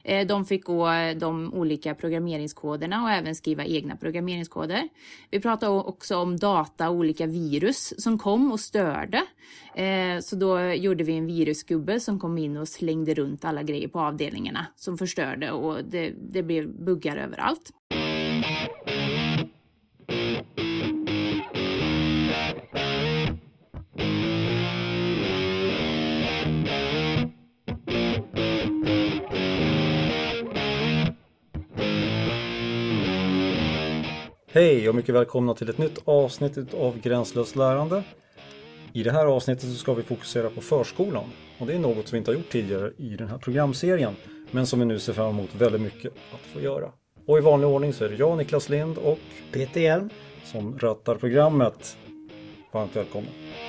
De fick gå de olika programmeringskoderna och även skriva egna programmeringskoder. Vi pratade också om data och olika virus som kom och störde. Så då gjorde vi en virusgubbe som kom in och slängde runt alla grejer på avdelningarna som förstörde, och det blev buggar överallt. Hej och mycket välkomna till ett nytt avsnitt av Gränslöst lärande. I det här avsnittet så ska vi fokusera på förskolan. Och det är något som vi inte har gjort tidigare i den här programserien, men som vi nu ser fram emot väldigt mycket att få göra. Och i vanlig ordning så är det jag, Niklas Lind, och Peter Hjelm som rattar programmet. Varmt välkommen.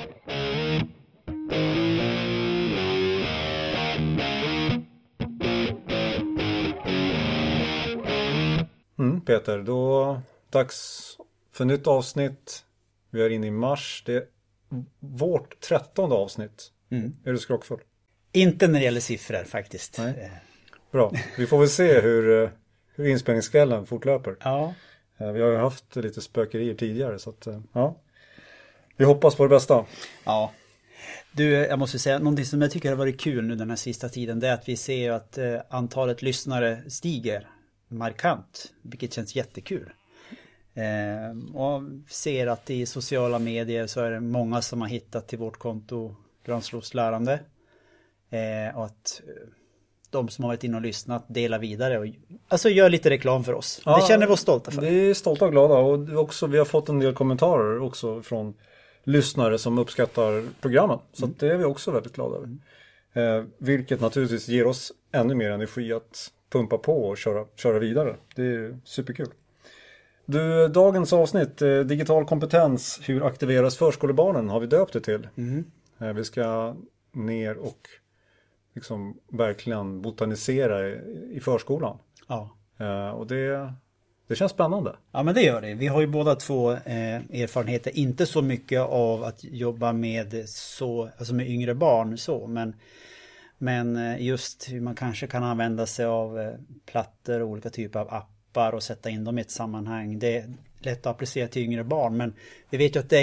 Peter, då dags för nytt avsnitt. Vi är inne i mars. Det är vårt 13:e avsnitt. Är du skrockfull? Inte när det gäller siffror faktiskt. Nej. Bra, vi får väl se hur inspelningskvällen fortlöper. Ja. Vi har ju haft lite spökerier tidigare, så att, ja. Vi hoppas på det bästa. Ja. Du, jag måste säga, någonting som jag tycker har varit kul nu den här sista tiden, det är att vi ser att antalet lyssnare stiger markant, vilket känns jättekul. Och ser att i sociala medier så är det många som har hittat till vårt konto Gränslöst lärande. Och att de som har varit inne och lyssnat delar vidare och alltså gör lite reklam för oss. Ja, det känner vi oss stolta för. Vi är stolta och glada, och också, vi har fått en del kommentarer också från lyssnare som uppskattar programmen. Så det är vi också väldigt glada över. Vilket naturligtvis ger oss ännu mer energi att pumpa på och köra vidare. Det är superkul. Du, dagens avsnitt, digital kompetens, hur aktiveras förskolebarnen, har vi döpt det till. Vi ska ner och liksom verkligen botanisera i förskolan. Ja. Och det känns spännande. Ja, men det gör det. Vi har ju båda två erfarenheter, inte så mycket av att jobba med med yngre barn men just hur man kanske kan använda sig av plattor och olika typer av appar och sätta in dem i ett sammanhang. Det är lätt att applicera till yngre barn, men vi vet ju att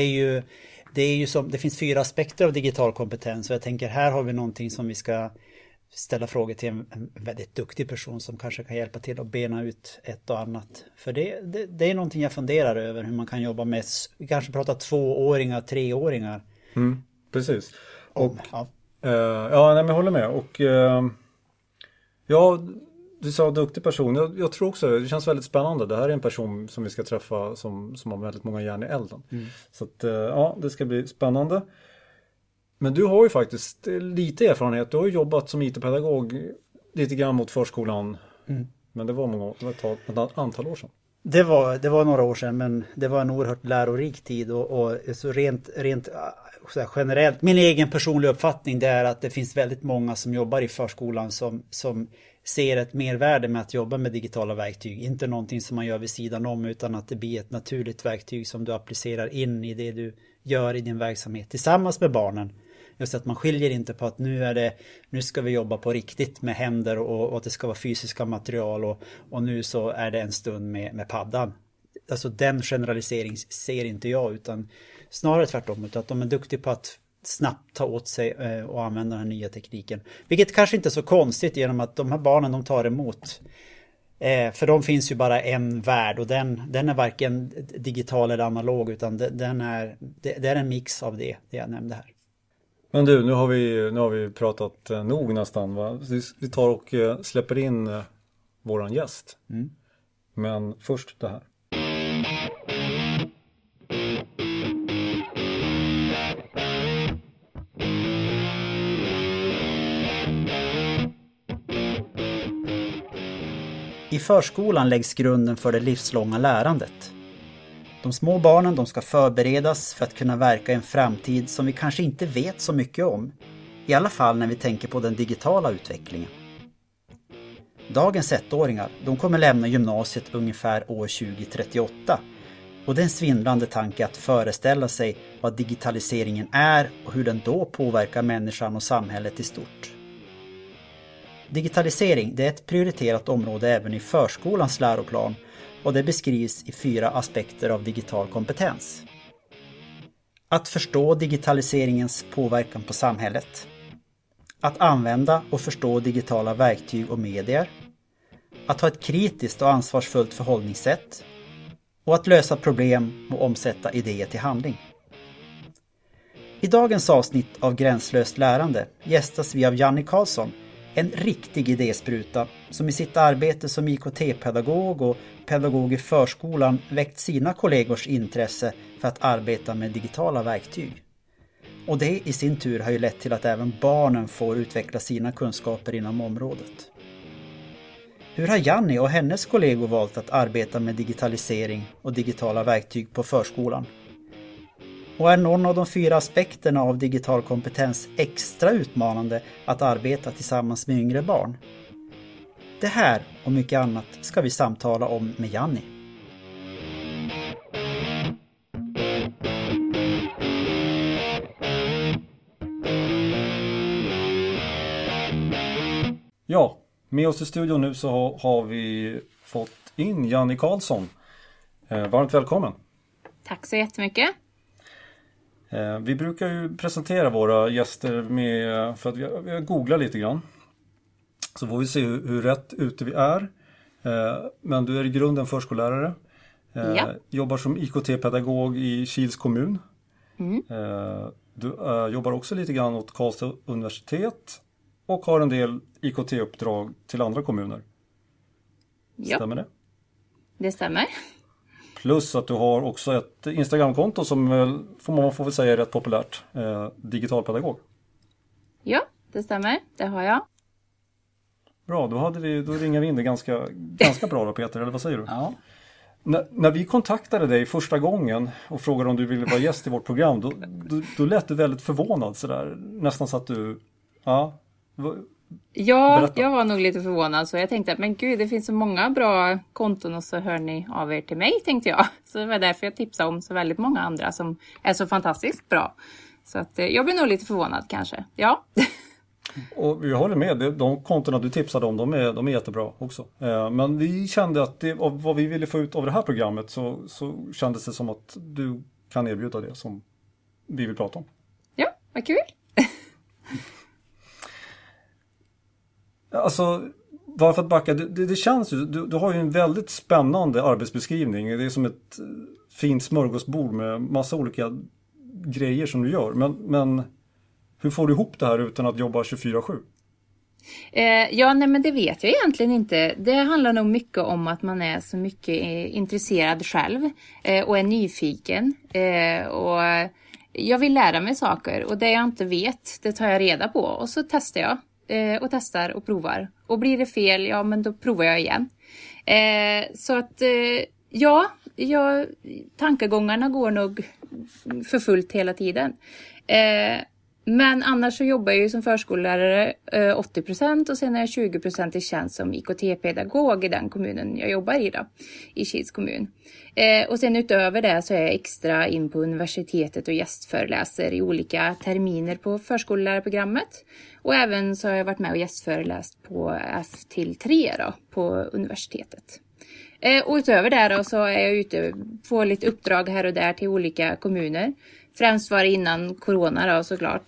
det finns 4 aspekter av digital kompetens, och jag tänker här har vi någonting som vi ska ställa frågor till en väldigt duktig person som kanske kan hjälpa till att bena ut ett och annat. För det är någonting jag funderar över, hur man kan jobba med, vi kanske pratar 2-åringar, 3-åringar. Precis. Och men jag håller med. Och du sa duktig person. Jag tror också, det känns väldigt spännande. Det här är en person som vi ska träffa som har väldigt många järn i elden. Så att, det ska bli spännande. Men du har ju faktiskt lite erfarenhet. Du har ju jobbat som IT-pedagog lite grann mot förskolan. Men det var ett antal år sedan. Det var några år sedan, men det var en oerhört lärorik tid och så rent så här generellt. Min egen personliga uppfattning det är att det finns väldigt många som jobbar i förskolan som ser ett mervärde med att jobba med digitala verktyg. Inte någonting som man gör vid sidan om, utan att det blir ett naturligt verktyg som du applicerar in i det du gör i din verksamhet tillsammans med barnen. Just att man skiljer inte på att nu ska vi jobba på riktigt med händer och att det ska vara fysiska material och nu så är det en stund med paddan. Alltså den generalisering ser inte jag, utan snarare tvärtom, utan att de är duktiga på att snabbt ta åt sig och använda den här nya tekniken. Vilket kanske inte är så konstigt, genom att de här barnen de tar emot. För de finns ju bara en värld, och den är varken digital eller analog, utan det är en mix av det jag nämnde här. Men du, nu har vi pratat nog nästan, va? Vi tar och släpper in våran gäst. Men först det här. I förskolan läggs grunden för det livslånga lärandet. De små barnen de ska förberedas för att kunna verka i en framtid som vi kanske inte vet så mycket om. I alla fall när vi tänker på den digitala utvecklingen. Dagens 1-åringar, de kommer lämna gymnasiet ungefär år 2038. Och det är en svindlande tanke att föreställa sig vad digitaliseringen är och hur den då påverkar människan och samhället i stort. Digitalisering, det är ett prioriterat område även i förskolans läroplan och det beskrivs i 4 aspekter av digital kompetens. Att förstå digitaliseringens påverkan på samhället. Att använda och förstå digitala verktyg och medier. Att ha ett kritiskt och ansvarsfullt förhållningssätt. Och att lösa problem och omsätta idéer till handling. I dagens avsnitt av Gränslöst lärande gästas vi av Janni Karlsson, en riktig idéspruta som i sitt arbete som IKT-pedagog och pedagog i förskolan väckt sina kollegors intresse för att arbeta med digitala verktyg. Och det i sin tur har ju lett till att även barnen får utveckla sina kunskaper inom området. Hur har Janni och hennes kollegor valt att arbeta med digitalisering och digitala verktyg på förskolan? Och är någon av de 4 aspekterna av digital kompetens extra utmanande att arbeta tillsammans med yngre barn? Det här och mycket annat ska vi samtala om med Janni. Ja, med oss i studion nu så har vi fått in Janni Karlsson. Varmt välkommen. Tack så jättemycket. Vi brukar ju presentera våra gäster för att vi har googlat lite grann. Så får vi se hur rätt ute vi är. Men du är i grunden förskollärare. Jobbar som IKT-pedagog i Kils kommun. Du jobbar också lite grann åt Karlstad universitet. Och har en del IKT-uppdrag till andra kommuner. Stämmer det? Det stämmer. Plus att du har också ett Instagramkonto som man får väl säga är rätt populärt. Digitalpedagog. Ja, det stämmer. Det har jag. Bra, då ringer vi in det ganska bra då, Peter, eller vad säger du? Ja. När vi kontaktade dig första gången och frågade om du ville vara gäst i vårt program, då lät du väldigt förvånad sådär. Nästan så att du... Ja, jag var nog lite förvånad så jag tänkte att men gud, det finns så många bra konton och så hör ni av er till mig, tänkte jag. Så det var därför jag tipsade om så väldigt många andra som är så fantastiskt bra. Så att jag blir nog lite förvånad kanske, ja. Och jag håller med, de kontona du tipsade om, de är jättebra också. Men vi kände att vad vi ville få ut av det här programmet så kändes det som att du kan erbjuda det som vi vill prata om. Ja, vad kul. Alltså, bara för att backa, det känns ju, du har ju en väldigt spännande arbetsbeskrivning. Det är som ett fint smörgåsbord med massa olika grejer som du gör. Men hur får du ihop det här utan att jobba 24/7? Men det vet jag egentligen inte. Det handlar nog mycket om att man är så mycket intresserad själv och är nyfiken. Och jag vill lära mig saker och det jag inte vet, det tar jag reda på och så testar jag. Och testar och provar. Och blir det fel, ja men då provar jag igen. Så att tankegångarna går nog för fullt hela tiden. Men annars så jobbar jag ju som förskollärare 80% och sen är jag 20% i tjänst som IKT-pedagog i den kommunen jag jobbar i då, i Kils kommun. Och sen utöver det så är jag extra in på universitetet och gästföreläser i olika terminer på förskollärarprogrammet. Och även så har jag varit med och gästföreläst på F-3 då, på universitetet. Och utöver det då så är jag ute på lite uppdrag här och där till olika kommuner. Främst var det innan corona då såklart.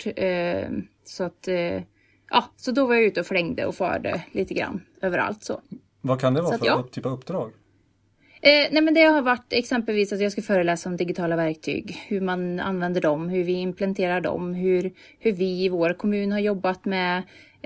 Så då var jag ute och flängde och farde lite grann överallt så. Vad kan det vara för typ av uppdrag? Men det har varit exempelvis att jag ska föreläsa om digitala verktyg. Hur man använder dem, hur vi implementerar dem. Hur vi i vår kommun har jobbat med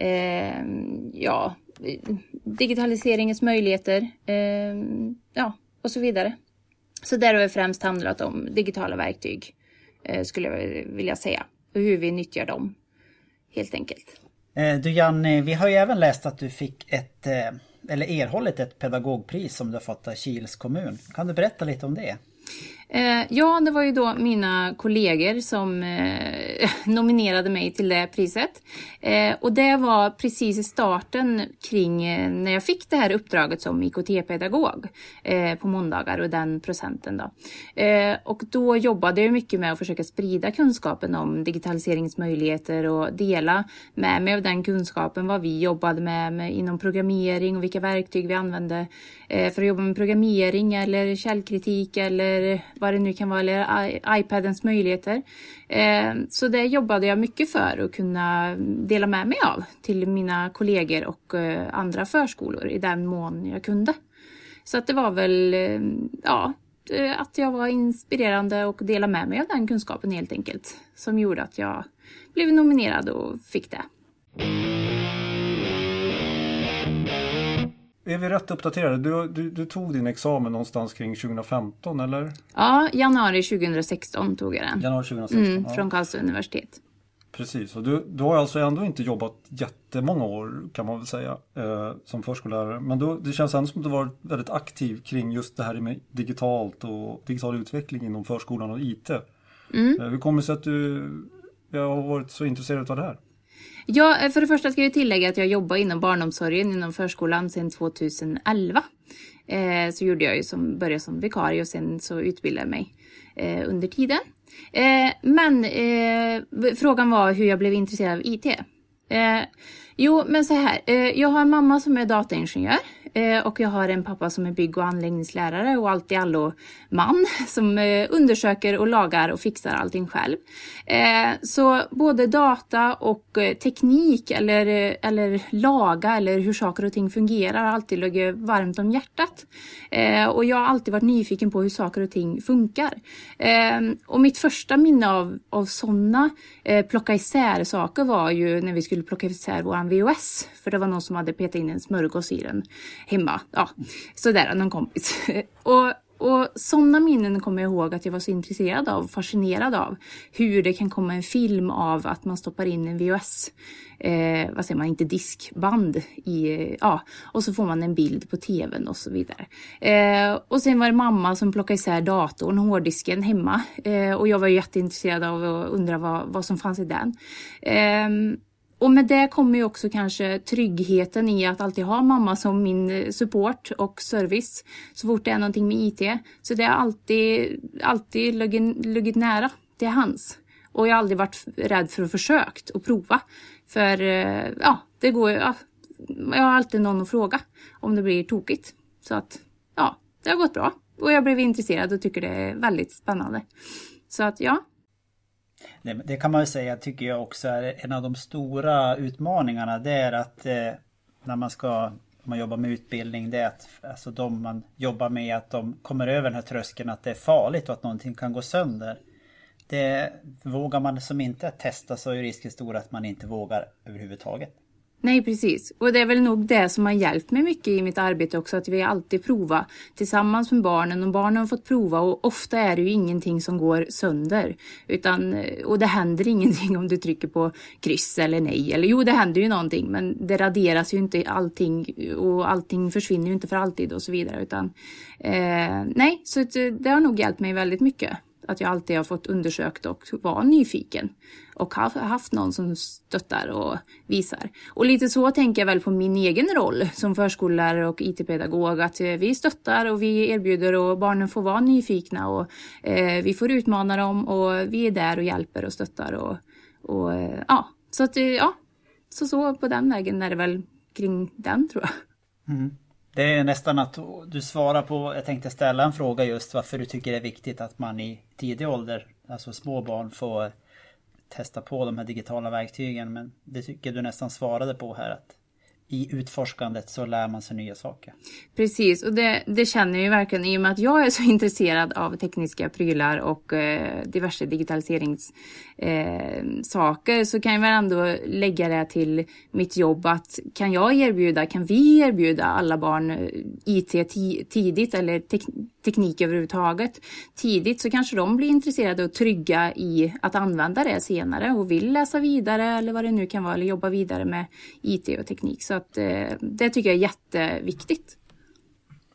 digitaliseringens möjligheter. Och så vidare. Så där har det främst handlat om digitala verktyg. Skulle jag vilja säga. Och hur vi nyttjar dem. Helt enkelt. Du Janni, vi har ju även läst att du fick erhållit ett pedagogpris som du har fått av Kils kommun. Kan du berätta lite om det? Ja, det var ju då mina kollegor som nominerade mig till det priset. Och det var precis i starten kring när jag fick det här uppdraget som IKT-pedagog på måndagar och den procenten då. Och då jobbade jag mycket med att försöka sprida kunskapen om digitaliseringsmöjligheter och dela med mig av den kunskapen, vad vi jobbade med inom programmering och vilka verktyg vi använde för att jobba med programmering eller källkritik eller vad det nu kan vara, eller iPadens möjligheter. Så det jobbade jag mycket för att kunna dela med mig av till mina kollegor och andra förskolor i den mån jag kunde. Så att det var väl, att jag var inspirerande och dela med mig av den kunskapen helt enkelt, som gjorde att jag blev nominerad och fick det. Är vi rätt uppdaterade? Du tog din examen någonstans kring 2015 eller? Ja, januari 2016 tog jag den. Januari 2016, ja. Från Karlstad universitet. Precis, och du har alltså ändå inte jobbat jättemånga år kan man väl säga som förskollärare. Men det känns ändå som att du varit väldigt aktiv kring just det här med digitalt och digital utveckling inom förskolan och IT. Hur kommer det sig att du har varit så intresserad av det här? Ja, för det första ska jag tillägga att jag jobbar inom barnomsorgen inom förskolan sedan 2011. Så gjorde jag ju började som vikarie och sen så utbildade jag mig under tiden. Men frågan var hur jag blev intresserad av IT. Men så här, jag har en mamma som är dataingenjör och jag har en pappa som är bygg- och anläggningslärare och allt i allo man som undersöker och lagar och fixar allting själv. Så både data och teknik eller laga eller hur saker och ting fungerar har alltid legat varmt om hjärtat. Och jag har alltid varit nyfiken på hur saker och ting funkar. Och mitt första minne av sådana plocka isär saker var ju när vi skulle plocka isär våran VHS. För det var någon som hade petat in en smörgås i den hemma. Ja, sådär, någon kompis. Och sådana minnen kommer jag ihåg att jag var så intresserad av, fascinerad av. Hur det kan komma en film av att man stoppar in en VHS, inte diskband i, och så får man en bild på tvn och så vidare. Och sen var det mamma som plockade isär datorn, hårddisken hemma. Och jag var jätteintresserad av att undra vad som fanns i den. Och med det kommer ju också kanske tryggheten i att alltid ha mamma som min support och service så fort det är någonting med IT. Så det har alltid luggit nära till hans. Och jag har aldrig varit rädd för att försökt och prova. För det går jag har alltid någon att fråga om det blir tokigt. Så att det har gått bra. Och jag blev intresserad och tycker det är väldigt spännande. Så att Det kan man väl säga, tycker jag också är en av de stora utmaningarna. Det är att när man jobbar med utbildning, det är att alltså de man jobbar med, att de kommer över den här tröskeln att det är farligt och att någonting kan gå sönder. Det vågar man som inte testa, så är risken stor att man inte vågar överhuvudtaget. Nej, precis. Och det är väl nog det som har hjälpt mig mycket i mitt arbete också, att vi alltid provar tillsammans med barnen, och barnen har fått prova, och ofta är det ju ingenting som går sönder, och det händer ingenting om du trycker på kryss eller nej, eller jo, det händer ju någonting, men det raderas ju inte allting och allting försvinner ju inte för alltid och så vidare, utan så det har nog hjälpt mig väldigt mycket. Att jag alltid har fått undersökt och vara nyfiken. Och haft någon som stöttar och visar. Och lite så tänker jag väl på min egen roll som förskollärare och IT-pedagog. Att vi stöttar och vi erbjuder och barnen får vara nyfikna. Och vi får utmana dem och vi är där och hjälper och stöttar. Så på den vägen är det väl kring den, tror jag. Mm. Det är nästan att du svarar på, jag tänkte ställa en fråga just varför du tycker det är viktigt att man i tidig ålder, alltså små barn, får testa på de här digitala verktygen. Men det tycker du nästan svarade på här, att i utforskandet så lär man sig nya saker. Precis, och det känner jag ju verkligen i och med att jag är så intresserad av tekniska prylar och diverse digitaliseringssaker, så kan jag väl ändå lägga det till mitt jobb att kan vi erbjuda alla barn IT tidigt eller teknik överhuvudtaget tidigt, så kanske de blir intresserade och trygga i att använda det senare och vill läsa vidare eller vad det nu kan vara, eller jobba vidare med IT och teknik. Så att det tycker jag är jätteviktigt.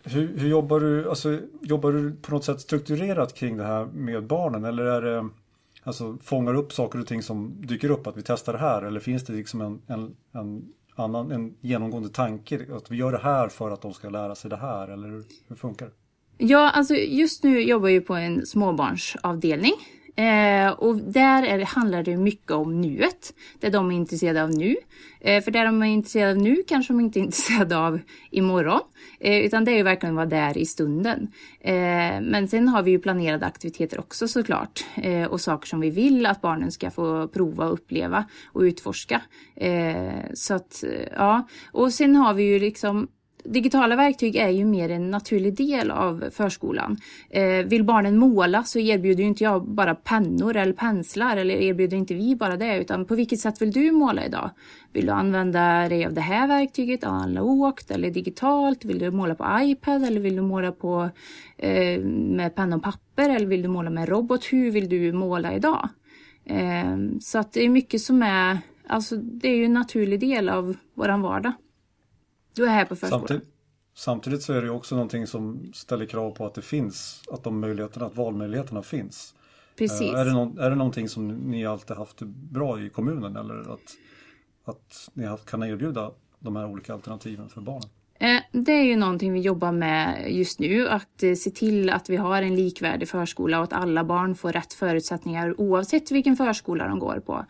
Hur jobbar du? Alltså, jobbar du på något sätt strukturerat kring det här med barnen? Eller är det, alltså, fångar upp saker och ting som dyker upp, att vi testar det här? Eller finns det liksom en genomgående tanke att vi gör det här för att de ska lära sig det här? Eller hur funkar det? Ja, alltså just nu jobbar jag på en småbarnsavdelning. Och där handlar det mycket om nuet. Det de är intresserade av nu. För det de är intresserade av nu kanske de inte är intresserade av imorgon. Utan det är ju verkligen vara där i stunden. Men sen har vi ju planerade aktiviteter också såklart. Och saker som vi vill att barnen ska få prova och uppleva och utforska. Så att, ja. Och sen har vi ju liksom... Digitala verktyg är ju mer en naturlig del av förskolan. Vill barnen måla så erbjuder ju inte jag bara pennor eller penslar, eller erbjuder inte vi bara det, utan på vilket sätt vill du måla idag? Vill du använda dig av det här verktyget analogt eller digitalt? Vill du måla på iPad eller vill du måla på med penna och papper, eller vill du måla med robot? Hur vill du måla idag? Så att det är mycket som är, alltså det är ju en naturlig del av våran vardag. Du är här på förskolan. Samtidigt så är det ju också någonting som ställer krav på att det finns, att valmöjligheterna finns. Precis. Är det någonting som ni alltid haft bra i kommunen, eller att ni kan erbjuda de här olika alternativen för barnen? Det är ju någonting vi jobbar med just nu, att se till att vi har en likvärdig förskola och att alla barn får rätt förutsättningar oavsett vilken förskola de går på.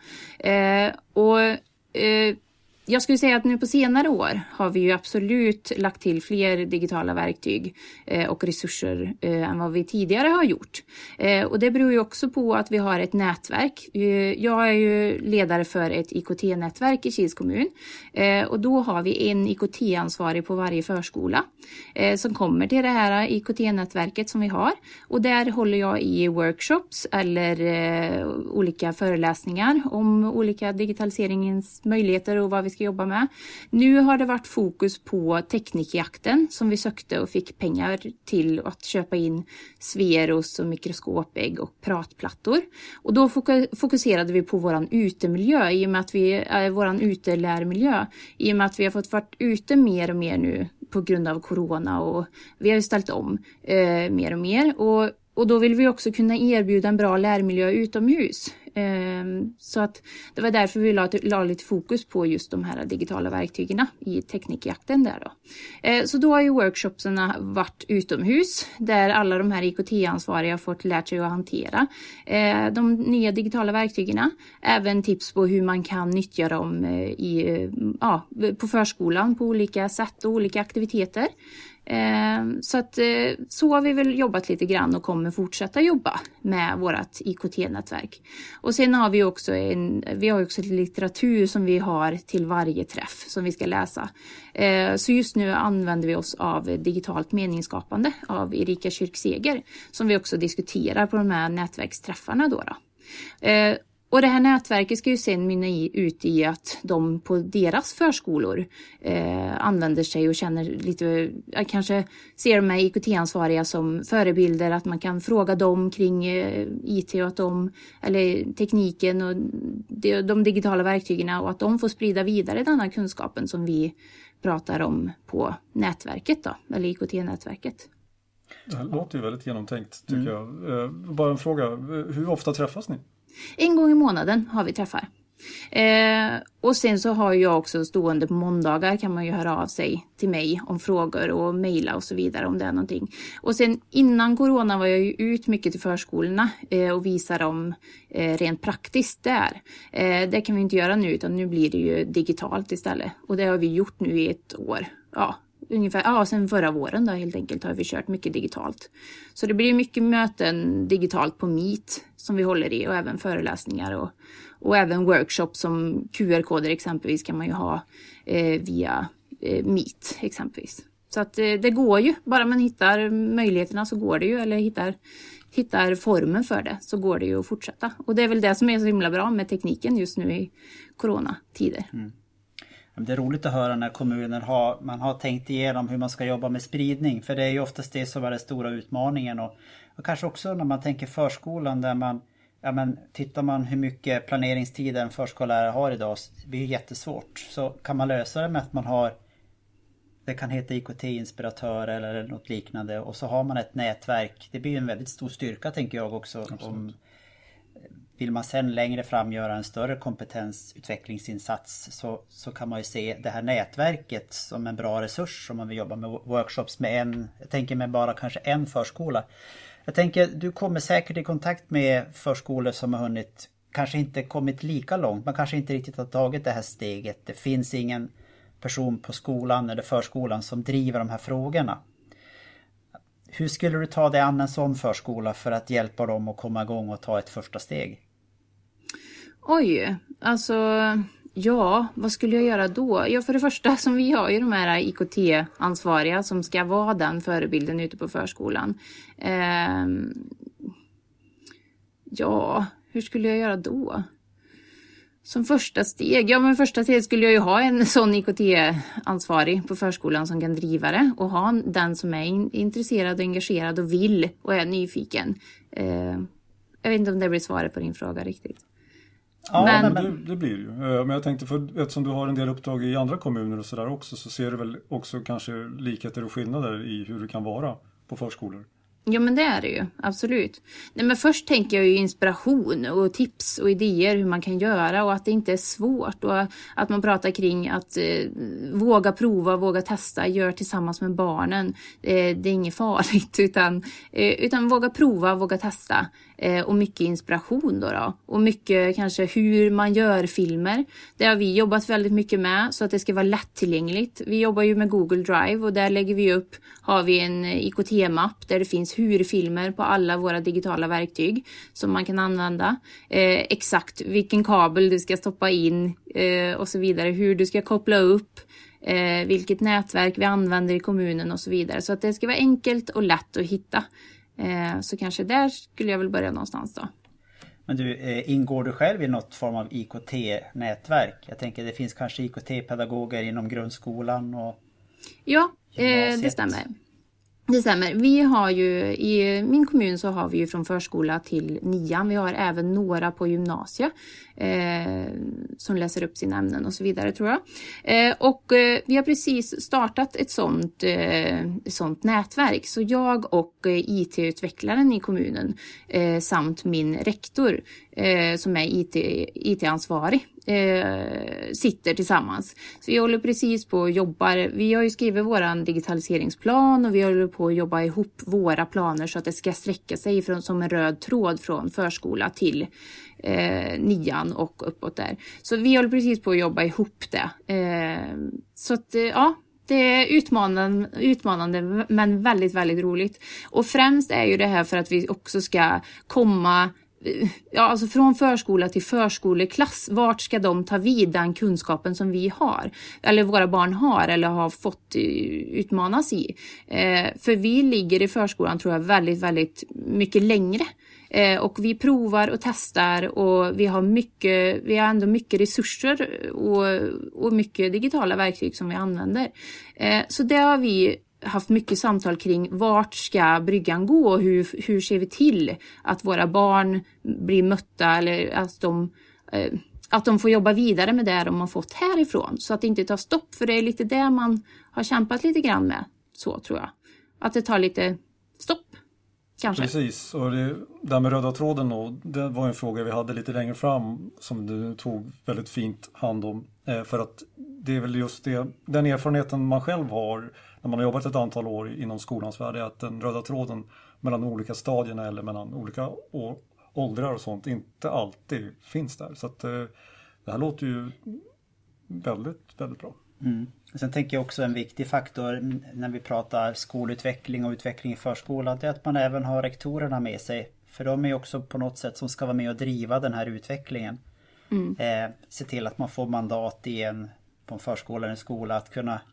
Jag skulle säga att nu på senare år har vi ju absolut lagt till fler digitala verktyg och resurser än vad vi tidigare har gjort. Och det beror ju också på att vi har ett nätverk. Jag är ju ledare för ett IKT-nätverk i Kils kommun. Och då har vi en IKT-ansvarig på varje förskola som kommer till det här IKT-nätverket som vi har. Och där håller jag i workshops eller olika föreläsningar om olika digitaliseringens möjligheter och vad vi ska jobba med. Nu har det varit fokus på teknikjakten som vi sökte och fick pengar till att köpa in Sverus och mikroskopägg och pratplattor. Och då fokuserade vi på våran utemiljö i och med att våran utelärmiljö, i och med att vi har fått varit ute mer och mer nu på grund av corona, och vi har ju ställt om mer och mer, och då vill vi också kunna erbjuda en bra lärmiljö utomhus. Så att det var därför vi la lite fokus på just de här digitala verktygen i teknikjakten där då. Så då har ju workshopsarna varit utomhus där alla de här IKT-ansvariga har fått lärt sig att hantera de nya digitala verktygen. Även tips på hur man kan nyttja dem på förskolan på olika sätt och olika aktiviteter. Så har vi väl jobbat lite grann och kommer fortsätta jobba med vårat IKT-nätverk. Och sen har vi också litteratur som vi har till varje träff som vi ska läsa. Så just nu använder vi oss av digitalt meningsskapande av Erika Kyrkseger som vi också diskuterar på de här nätverksträffarna då. Och det här nätverket ska ju sen mynna ut i att de på deras förskolor använder sig och känner lite, kanske ser de här IKT-ansvariga som förebilder, att man kan fråga dem kring IT och eller tekniken och de digitala verktygen, och att de får sprida vidare den här kunskapen som vi pratar om på nätverket då, eller IKT-nätverket. Det här låter ju väldigt genomtänkt tycker jag. Bara en fråga, hur ofta träffas ni? En gång i månaden har vi träffar. Och sen så har jag också stående på måndagar kan man ju höra av sig till mig om frågor och mejla och så vidare om det är någonting. Och sen innan corona var jag ju ut mycket till förskolorna och visar dem rent praktiskt där. Det kan vi inte göra nu, utan nu blir det ju digitalt istället. Och det har vi gjort nu i ett år. Sen förra våren då helt enkelt har vi kört mycket digitalt. Så det blir mycket möten digitalt på Meet som vi håller i, och även föreläsningar och även workshops som QR-koder exempelvis kan man ju ha via Meet exempelvis. Så att det går ju, bara man hittar möjligheterna så går det ju, eller hittar formen för det så går det ju att fortsätta. Och det är väl det som är så himla bra med tekniken just nu i coronatider. Mm. Det är roligt att höra när kommunen har tänkt igenom hur man ska jobba med spridning. För det är ju oftast det som är den stora utmaningen. Och kanske också när man tänker förskolan där tittar man hur mycket planeringstid en förskollärare har idag, det blir jättesvårt. Så kan man lösa det med att man har det kan heta IKT-inspiratör eller något liknande. Och så har man ett nätverk. Det blir en väldigt stor styrka tänker jag också. Vill man sen längre fram göra en större kompetensutvecklingsinsats så kan man ju se det här nätverket som en bra resurs om man vill jobba med workshops med jag tänker med bara kanske en förskola. Jag tänker, du kommer säkert i kontakt med förskolor som har hunnit, kanske inte kommit lika långt. Man kanske inte riktigt har tagit det här steget. Det finns ingen person på skolan eller förskolan som driver de här frågorna. Hur skulle du ta dig an en sån förskola för att hjälpa dem att komma igång och ta ett första steg? Oj, alltså ja, vad skulle jag göra då? Ja, för det första som vi har ju de här IKT-ansvariga som ska vara den förebilden ute på förskolan. Ja, hur skulle jag göra då? Som första steg? Ja, men första steg skulle jag ju ha en sån IKT-ansvarig på förskolan som kan driva det. Och ha den som är intresserad och engagerad och vill och är nyfiken. Jag vet inte om det blir svaret på din fråga riktigt. Ja, men det blir ju. Men jag tänkte, för eftersom du har en del uppdrag i andra kommuner och sådär också, så ser du väl också kanske likheter och skillnader i hur det kan vara på förskolor? Ja, men det är det ju. Absolut. Nej, men först tänker jag ju inspiration och tips och idéer hur man kan göra och att det inte är svårt och att man pratar kring att våga prova, våga testa, gör tillsammans med barnen. Det är inget farligt utan våga prova, våga testa och mycket inspiration då. Och mycket kanske hur man gör filmer. Det har vi jobbat väldigt mycket med så att det ska vara lättillgängligt. Vi jobbar ju med Google Drive och där lägger vi upp, har vi en IKT-mapp där det finns hur-filmer på alla våra digitala verktyg som man kan använda. Exakt vilken kabel du ska stoppa in och så vidare. Hur du ska koppla upp, vilket nätverk vi använder i kommunen och så vidare. Så att det ska vara enkelt och lätt att hitta. Så kanske där skulle jag väl börja någonstans då. Men du, ingår du själv i något form av IKT-nätverk? Jag tänker det finns kanske IKT-pedagoger inom grundskolan och ja, det stämmer. Det stämmer. Vi har ju i min kommun så har vi ju från förskola till 9. Vi har även några på gymnasiet som läser upp sina ämnen och så vidare tror jag. Och vi har precis startat ett sånt nätverk. Så jag och IT-utvecklaren i kommunen samt min rektor som är IT-ansvarig sitter tillsammans. Så vi håller precis på och jobbar. Vi har ju skrivit våran digitaliseringsplan och vi håller på att jobba ihop våra planer så att det ska sträcka sig som en röd tråd från förskola till 9 och uppåt där. Så vi håller precis på att jobba ihop det. Så att ja, det är utmanande men väldigt, väldigt roligt. Och främst är ju det här för att vi också ska komma alltså från förskola till förskoleklass. Vart ska de ta vid den kunskapen som vi har? Eller våra barn har eller har fått utmanas i. För vi ligger i förskolan tror jag väldigt, väldigt mycket längre. Och vi provar och testar och vi har ändå mycket resurser och mycket digitala verktyg som vi använder. Så det har vi haft mycket samtal kring vart ska bryggan gå och hur ser vi till att våra barn blir mötta eller att de får jobba vidare med det de har fått härifrån så att det inte tar stopp, för det är lite det man har kämpat lite grann med, så tror jag. Att det tar lite stopp. Kanske. Precis, och det där med röda tråden då, det var en fråga vi hade lite längre fram som du tog väldigt fint hand om. För att det är väl just den erfarenheten man själv har när man har jobbat ett antal år inom skolans värld, är att den röda tråden mellan de olika stadierna eller mellan olika åldrar och sånt inte alltid finns där. Så att det här låter ju väldigt, väldigt bra. Mm. Sen tänker jag också en viktig faktor när vi pratar skolutveckling och utveckling i förskolan, det är att man även har rektorerna med sig. För de är också på något sätt som ska vara med och driva den här utvecklingen. Se till att man får mandat på en förskola eller en skola att kunna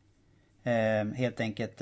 helt enkelt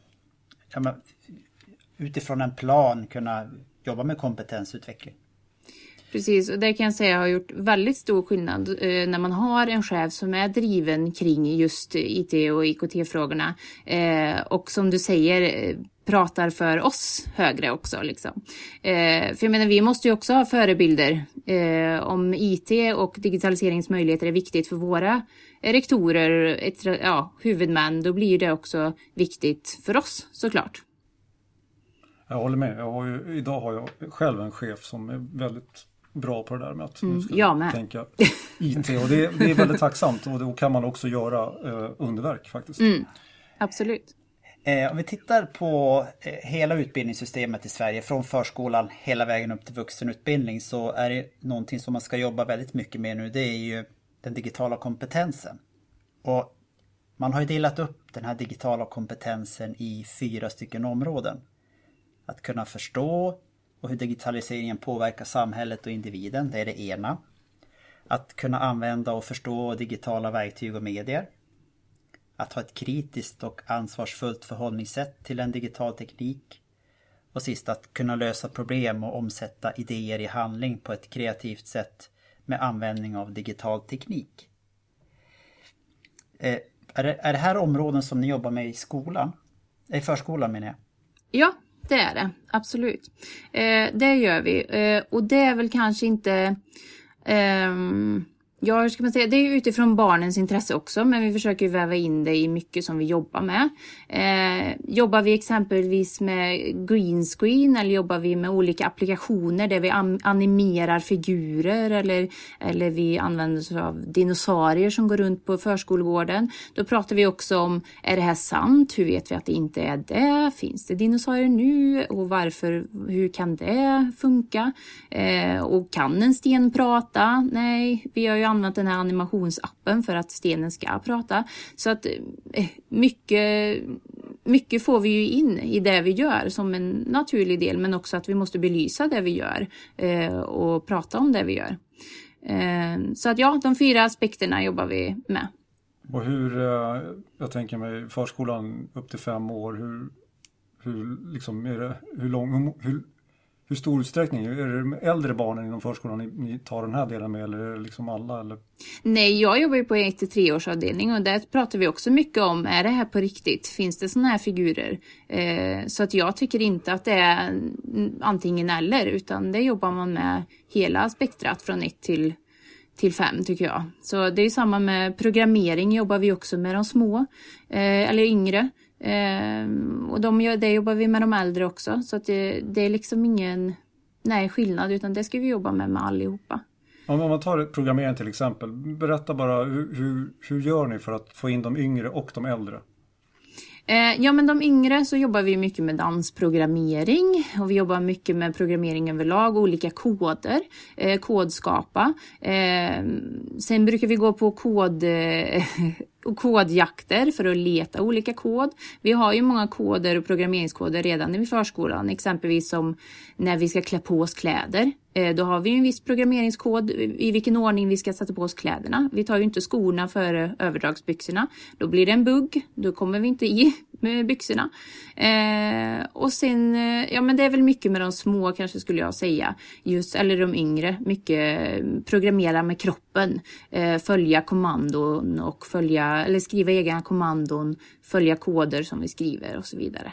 utifrån en plan kunna jobba med kompetensutveckling. Precis, och det kan jag säga har gjort väldigt stor skillnad när man har en chef som är driven kring just IT och IKT-frågorna och som du säger pratar för oss högre också. Liksom. För jag menar, vi måste ju också ha förebilder om IT och digitaliseringsmöjligheter är viktigt för våra rektorer, huvudmän, då blir det också viktigt för oss såklart. Jag håller med. Idag har jag själv en chef som är väldigt bra på det där med att tänka IT. Och det är väldigt tacksamt och då kan man också göra underverk faktiskt. Absolut. Om vi tittar på hela utbildningssystemet i Sverige från förskolan hela vägen upp till vuxenutbildning så är det någonting som man ska jobba väldigt mycket med nu. Det är ju den digitala kompetensen. Och man har ju delat upp den här digitala kompetensen i 4 stycken områden. Att kunna förstå och hur digitaliseringen påverkar samhället och individen, det är det ena. Att kunna använda och förstå digitala verktyg och medier. Att ha ett kritiskt och ansvarsfullt förhållningssätt till en digital teknik. Och sist att kunna lösa problem och omsätta idéer i handling på ett kreativt sätt med användning av digital teknik. Är det här områden som ni jobbar med i skolan? I förskolan menar jag. Ja, det är det. Absolut. Det gör vi. Och det är väl kanske inte... Ja, hur ska man säga? Det är utifrån barnens intresse också, men vi försöker väva in det i mycket som vi jobbar med. Jobbar vi exempelvis med green screen eller jobbar vi med olika applikationer där vi animerar figurer eller vi använder oss av dinosaurier som går runt på förskolegården. Då pratar vi också om, är det här sant? Hur vet vi att det inte är det? Finns det dinosaurier nu? Och varför? Hur kan det funka? Och kan en sten prata? Nej, vi har ju använt den här animationsappen för att stenen ska prata. Så att mycket får vi ju in i det vi gör som en naturlig del, men också att vi måste belysa det vi gör och prata om det vi gör. Så att ja, de 4 aspekterna jobbar vi med. Och jag tänker mig förskolan upp till 5 år, hur liksom är det, hur stor utsträckning? Är det de äldre barnen inom förskolan ni tar den här delen med eller är det liksom alla? Eller? Nej, jag jobbar ju på 1-3-årsavdelning och där pratar vi också mycket om, är det här på riktigt? Finns det såna här figurer? Så att jag tycker inte att det är antingen eller, utan det jobbar man med hela spektrat från 1 till 5 tycker jag. Så det är samma med programmering, jobbar vi också med de små eller yngre. Och det jobbar vi med de äldre också, så att det är liksom ingen skillnad, utan det ska vi jobba med allihopa. Om man tar programmering till exempel, berätta bara hur gör ni för att få in de yngre och de äldre? Ja, men de yngre så jobbar vi mycket med dansprogrammering och vi jobbar mycket med programmering överlag, olika koder, kodskapa. Sen brukar vi gå på kodjakter för att leta olika kod. Vi har ju många koder och programmeringskoder redan i förskolan, exempelvis som när vi ska klä på oss kläder. Då har vi en viss programmeringskod i vilken ordning vi ska sätta på oss kläderna. Vi tar ju inte skorna före överdragsbyxorna. Då blir det en bugg. Då kommer vi inte i med byxorna. Och sen, ja men det är väl mycket med de små kanske skulle jag säga. Eller de yngre. Mycket programmera med kroppen. Följa kommandon och skriva egna kommandon. Följa koder som vi skriver och så vidare.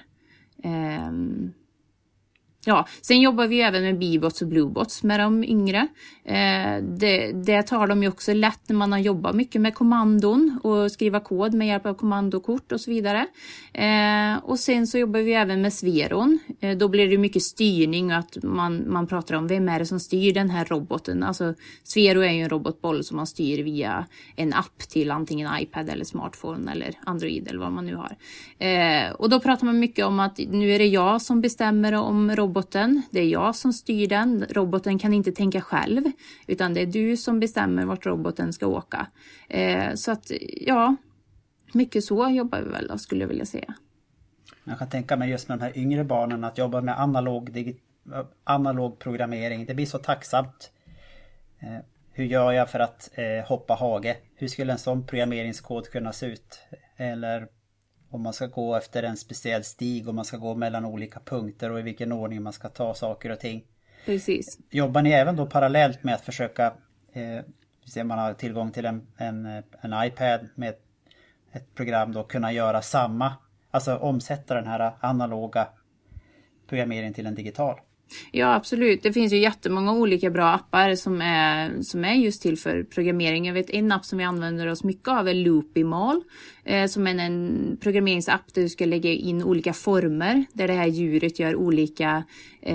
Ja, sen jobbar vi även med B-bots och Bluebots med de yngre. Det tar de ju också lätt när man har jobbat mycket med kommandon och skriva kod med hjälp av kommandokort och så vidare. Och sen så jobbar vi även med Sveron. Då blir det mycket styrning och att man pratar om vem är det som styr den här roboten. Alltså Svero är ju en robotboll som man styr via en app till antingen iPad eller smartphone eller Android eller vad man nu har. Och då pratar man mycket om att nu är det jag som bestämmer om roboten. Det är jag som styr den. Roboten kan inte tänka själv, utan det är du som bestämmer vart roboten ska åka. Så att ja, mycket så jobbar vi väl, skulle jag vilja säga. Jag kan tänka mig just med de här yngre barnen att jobba med analog programmering. Det blir så tacksamt. Hur gör jag för att hoppa hage? Hur skulle en sån programmeringskod kunna se ut? Eller om man ska gå efter en speciell stig och man ska gå mellan olika punkter och i vilken ordning man ska ta saker och ting. Precis. Jobbar ni även då parallellt med att försöka, man har tillgång till en iPad med ett program då, kunna göra samma, alltså omsätta den här analoga programmeringen till en digital? Ja, absolut. Det finns ju jättemånga olika bra appar som är just till för programmering. Jag vet en app som vi använder oss mycket av är Loopimal, som är en programmeringsapp där du ska lägga in olika former där det här djuret gör olika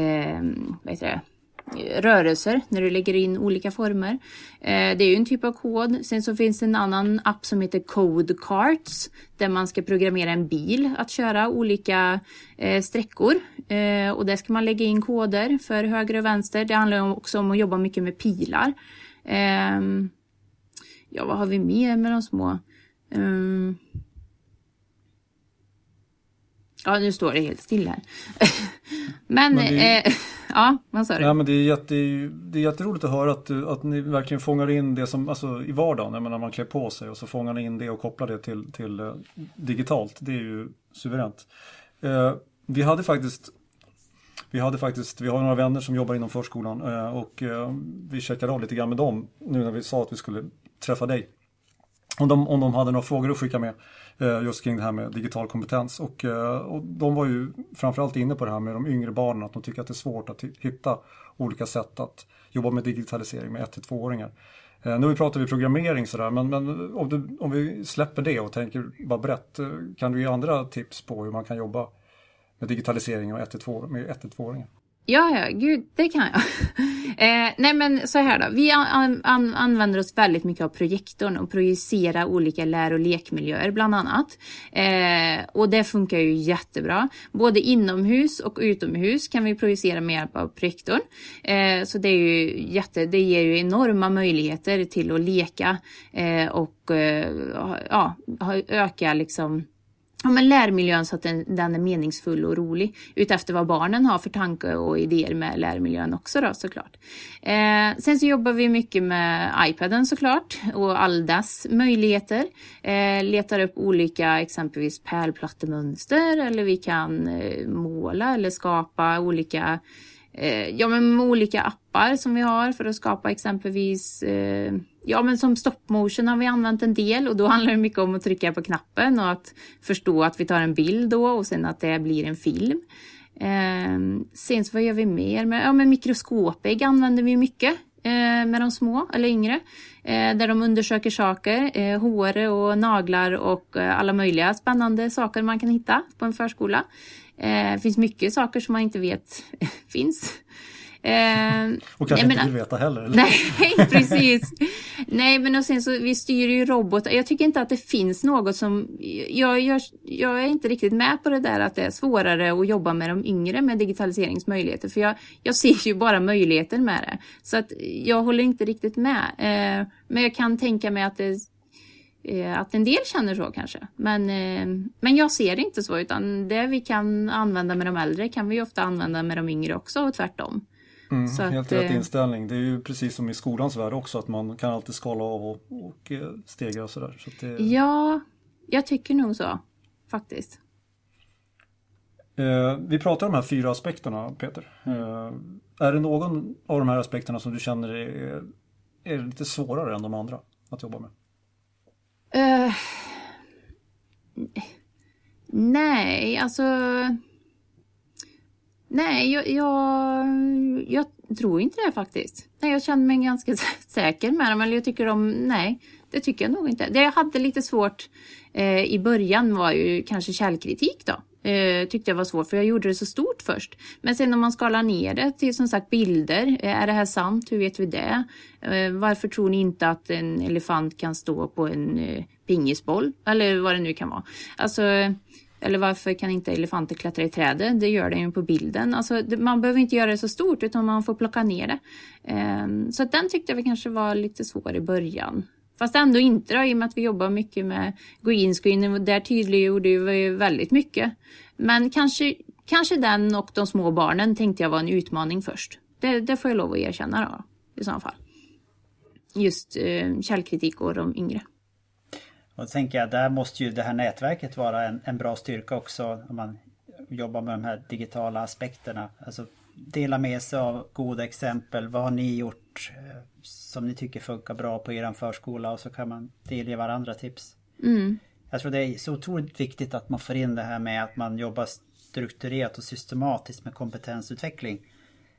rörelser när du lägger in olika former. Det är ju en typ av kod. Sen så finns det en annan app som heter Code Carts där man ska programmera en bil att köra olika sträckor. Och där ska man lägga in koder för höger och vänster. Det handlar också om att jobba mycket med pilar. Ja, vad har vi mer med de små? Ja, nu står det helt still här. Men ja, vad sa du? Ja, men det är jätteroligt att höra att ni verkligen fångar in det som, alltså i vardagen, när man klär på sig och så fångar ni in det och kopplar det till digitalt. Det är ju suveränt. Vi har några vänner som jobbar inom förskolan och vi checkade av lite grann med dem nu när vi sa att vi skulle träffa dig. Om de hade några frågor att skicka med just kring det här med digital kompetens. Och de var ju framförallt inne på det här med de yngre barnen, att de tycker att det är svårt att hitta olika sätt att jobba med digitalisering med 1-2-åringar. Nu pratar vi programmering sådär, men om vi släpper det och tänker bara brett, kan du ge andra tips på hur man kan jobba med digitalisering och 1-2-åringar? Ja, gud, det kan jag. Nej, men så här då. Vi använder oss väldigt mycket av projektorn och projicerar olika lär- och lekmiljöer bland annat. Och det funkar ju jättebra. Både inomhus och utomhus kan vi projicera med hjälp av projektorn. Så det är ju det ger ju enorma möjligheter till att leka och öka liksom. Ja, men lärmiljön så att den är meningsfull och rolig utefter vad barnen har för tankar och idéer med lärmiljön också då, såklart. Sen så jobbar vi mycket med iPaden såklart och all dess möjligheter. Letar upp olika exempelvis pärlplattemönster, eller vi kan måla eller skapa olika olika appar som vi har för att skapa exempelvis som stop motion har vi använt en del, och då handlar det mycket om att trycka på knappen och att förstå att vi tar en bild då och sen att det blir en film. Sen så vad gör vi mer med mikroskopägg använder vi mycket med de små eller yngre, där de undersöker saker, hår och naglar och alla möjliga spännande saker man kan hitta på en förskola. Det finns mycket saker som man inte vet finns. Och kanske inte vill veta heller. Eller? Nej, precis. Nej, men och sen så vi styr ju robotar. Jag tycker inte att det finns något som... Jag är inte riktigt med på det där att det är svårare att jobba med de yngre med digitaliseringsmöjligheter. För jag ser ju bara möjligheter med det. Så att jag håller inte riktigt med. Men jag kan tänka mig att en del känner så kanske. Men jag ser det inte så, utan det vi kan använda med de äldre kan vi ofta använda med de yngre också och tvärtom. Så helt rätt inställning. Det är ju precis som i skolans värld också, att man kan alltid skala av och stegra och sådär. Så det... Ja, jag tycker nog så faktiskt. Vi pratar om de här 4 aspekterna, Peter. Är det någon av de här aspekterna som du känner är lite svårare än de andra att jobba med? Nej, alltså... Nej, jag tror inte det faktiskt. Nej, jag känner mig ganska säker med dem. Eller jag tycker nej, det tycker jag nog inte. Det jag hade lite svårt i början var ju kanske källkritik då. Tyckte jag var svårt, för jag gjorde det så stort först. Men sen om man skalar ner det till som sagt bilder. Är det här sant? Hur vet vi det? Varför tror ni inte att en elefant kan stå på en pingisboll? Eller vad det nu kan vara. Alltså... Eller varför kan inte elefanter klättra i trädet? Det gör den ju på bilden. Alltså, man behöver inte göra det så stort, utan man får plocka ner det. Så att den tyckte vi kanske var lite svår i början. Fast ändå inte då, i och med att vi jobbar mycket med green screen. Och där tydliggjorde vi väldigt mycket. Men kanske den och de små barnen tänkte jag var en utmaning först. Det får jag lov att erkänna då, i så fall. Just källkritik och de yngre. Och då tänker jag, där måste ju det här nätverket vara en bra styrka också om man jobbar med de här digitala aspekterna. Alltså dela med sig av goda exempel. Vad har ni gjort som ni tycker funkar bra på er förskola, och så kan man delge varandra tips. Jag tror det är så otroligt viktigt att man får in det här med att man jobbar strukturerat och systematiskt med kompetensutveckling.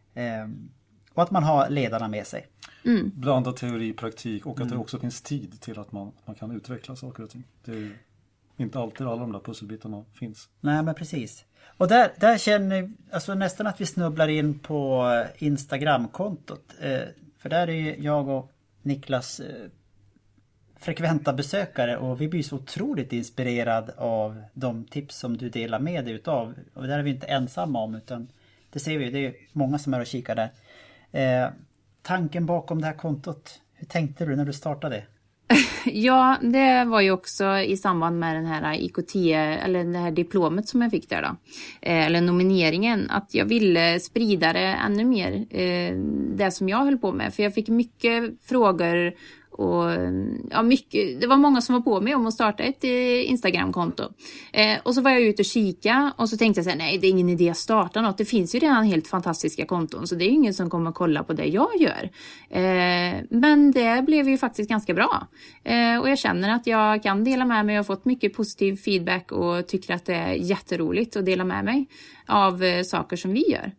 Och att man har ledarna med sig. Blanda teori, praktik och att det också finns tid till att man kan utveckla saker och ting. Det är ju inte alltid alla de där pusselbitarna finns. Nej, men precis. Och där känner alltså nästan att vi snubblar in på Instagram-kontot. För där är jag och Niklas frekventa besökare och vi blir så otroligt inspirerad av de tips som du delar med dig utav. Och det är vi inte ensamma om, utan det ser vi, det är många som är och kikar där. Tanken bakom det här kontot, hur tänkte du när du startade? Ja, det var ju också i samband med den här IKT, eller det här diplomet som jag fick där då. Eller nomineringen, att jag ville sprida det ännu mer, det som jag höll på med. För jag fick mycket frågor och ja, det var många som var på mig om att starta ett Instagram-konto. Och så var jag ute och kika och så tänkte jag så här, nej, det är ingen idé att starta något. Det finns ju redan helt fantastiska konton, så det är ju ingen som kommer att kolla på det jag gör. Men det blev ju faktiskt ganska bra. Och jag känner att jag kan dela med mig. Jag har fått mycket positiv feedback och tycker att det är jätteroligt att dela med mig av saker som vi gör.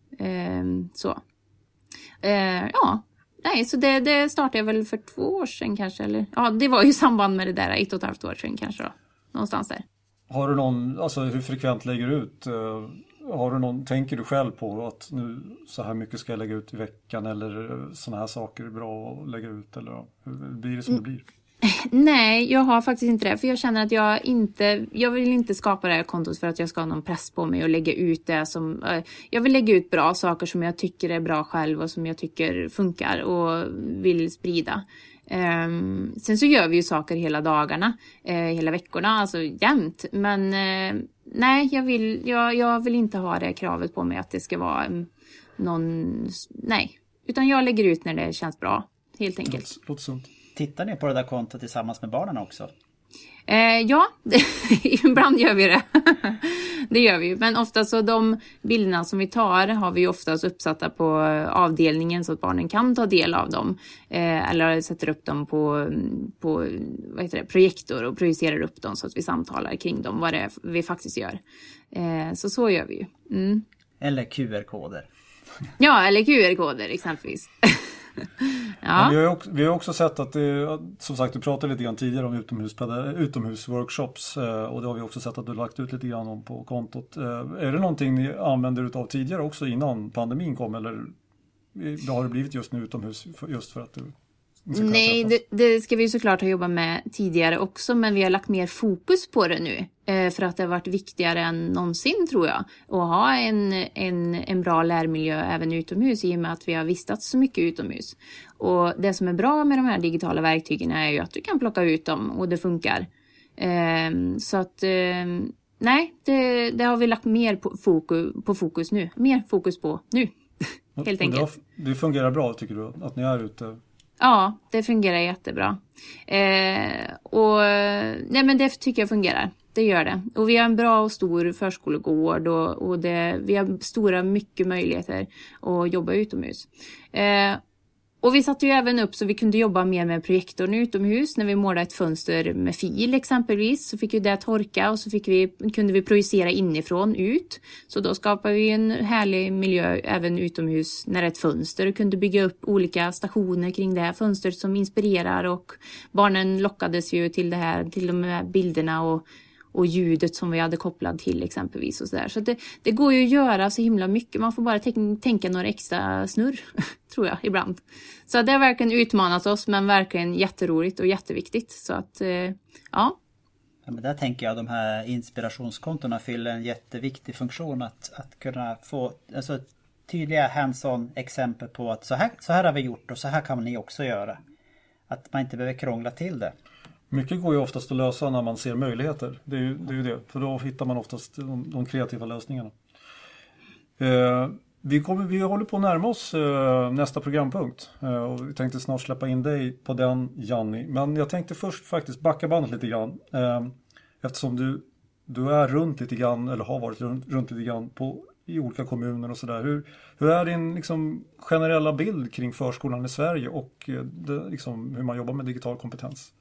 Ja. Nej, så det startade jag väl för 2 år sedan kanske. Eller? Ja, det var ju i samband med det där 1,5 år sedan kanske då. Någonstans där. Har du någon, alltså hur frekvent lägger du ut? Har du någon, tänker du själv på att nu så här mycket ska jag lägga ut i veckan eller såna här saker är bra att lägga ut? Eller hur blir det som det blir? Nej, jag har faktiskt inte det. För jag känner att jag vill inte skapa det här kontot för att jag ska ha någon press på mig och lägga ut det som... Jag vill lägga ut bra saker som jag tycker är bra själv och som jag tycker funkar och vill sprida. Sen så gör vi ju saker hela dagarna, hela veckorna, alltså jämt. Men nej, jag vill inte ha det kravet på mig att det ska vara någon... Nej, utan jag lägger ut när det känns bra, helt enkelt. Låter sunt. Tittar ni på det där kontot tillsammans med barnen också? Ja, ibland gör vi det. Det gör vi. Men ofta så de bilderna som vi tar har vi oftast uppsatta på avdelningen så att barnen kan ta del av dem. Eller sätter upp dem på vad heter det, projektor och projicerar upp dem så att vi samtalar kring dem, vad det är vi faktiskt gör. Så gör vi ju. Mm. Eller QR-koder. Ja, eller QR-koder exempelvis. Ja. Vi har också sett att det, som sagt, du pratade lite grann tidigare om utomhusworkshops och det har vi också sett att du lagt ut lite grann om på kontot. Är det någonting ni använder utav tidigare också innan pandemin kom eller har det blivit just nu utomhus just för att du... Nej, det ska vi såklart ha jobbat med tidigare också, men vi har lagt mer fokus på det nu för att det har varit viktigare än någonsin, tror jag, att ha en bra lärmiljö även utomhus i och med att vi har vistats så mycket utomhus. Och det som är bra med de här digitala verktygen är ju att du kan plocka ut dem och det funkar. Så att nej, det har vi lagt mer på fokus nu. Mer fokus på nu, helt enkelt. Det fungerar bra, tycker du, att ni är ute? Ja, det fungerar jättebra. Nej, men det tycker jag fungerar. Det gör det. Och vi har en bra och stor förskolegård och vi har mycket möjligheter att jobba utomhus. Och vi satte ju även upp så vi kunde jobba mer med projektorn utomhus. När vi målade ett fönster med fil exempelvis så fick ju det torka och så kunde vi projicera inifrån ut. Så då skapade vi en härlig miljö även utomhus när det är ett fönster och kunde bygga upp olika stationer kring det här fönstret som inspirerar. Och barnen lockades ju till det här, till de här bilderna och ljudet som vi hade kopplat till exempelvis och sådär. Så det går ju att göra så himla mycket. Man får bara tänka några extra snurr, tror jag, ibland. Så det har verkligen utmanat oss, men verkligen jätteroligt och jätteviktigt. Så att, ja. Ja, men där tänker jag de här inspirationskontona fyller en jätteviktig funktion att kunna få alltså, tydliga hands-on exempel på att så här har vi gjort och så här kan ni också göra. Att man inte behöver krångla till det. Mycket går ju oftast att lösa när man ser möjligheter. Det är ju det. För då hittar man oftast de kreativa lösningarna. Vi håller på att närma oss nästa programpunkt. Och vi tänkte snart släppa in dig på den, Janni. Men jag tänkte först faktiskt backa bandet lite grann. Eftersom du är runt lite grann, eller har varit runt lite grann i olika kommuner och sådär. Hur är din liksom, generella bild kring förskolan i Sverige och liksom, hur man jobbar med digital kompetens?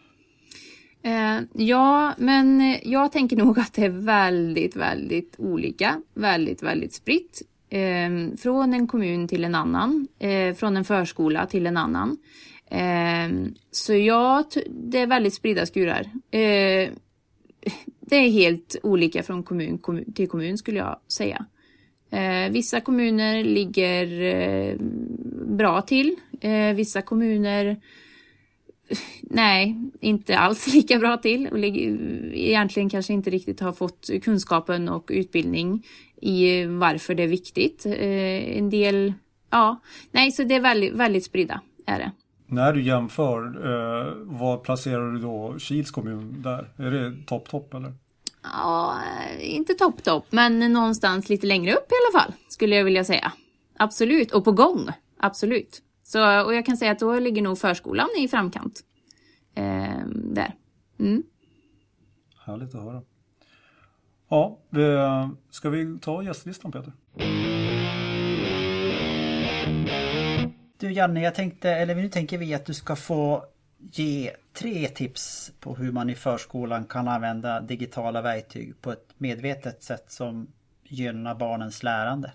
Ja, men jag tänker nog att det är väldigt, väldigt olika. Väldigt, väldigt spritt. Från en kommun till en annan. Från en förskola till en annan. Så det är väldigt spridda skurar. Det är helt olika från kommun till kommun skulle jag säga. Vissa kommuner ligger bra till. Vissa kommuner inte alls lika bra till. Och egentligen kanske inte riktigt har fått kunskapen och utbildning i varför det är viktigt. En del, så det är väldigt, väldigt spridda är det. När du jämför, vad placerar du då Kils kommun där? Är det topp eller? Ja, inte topp, men någonstans lite längre upp i alla fall, skulle jag vilja säga. Absolut, och på gång, absolut. Och jag kan säga att då ligger nog förskolan i framkant. Där. Mm. Härligt att höra. Ja, ska vi ta gästlistan, Peter? Du Janne, nu tänker vi att du ska få ge 3 tips på hur man i förskolan kan använda digitala verktyg på ett medvetet sätt som gynnar barnens lärande.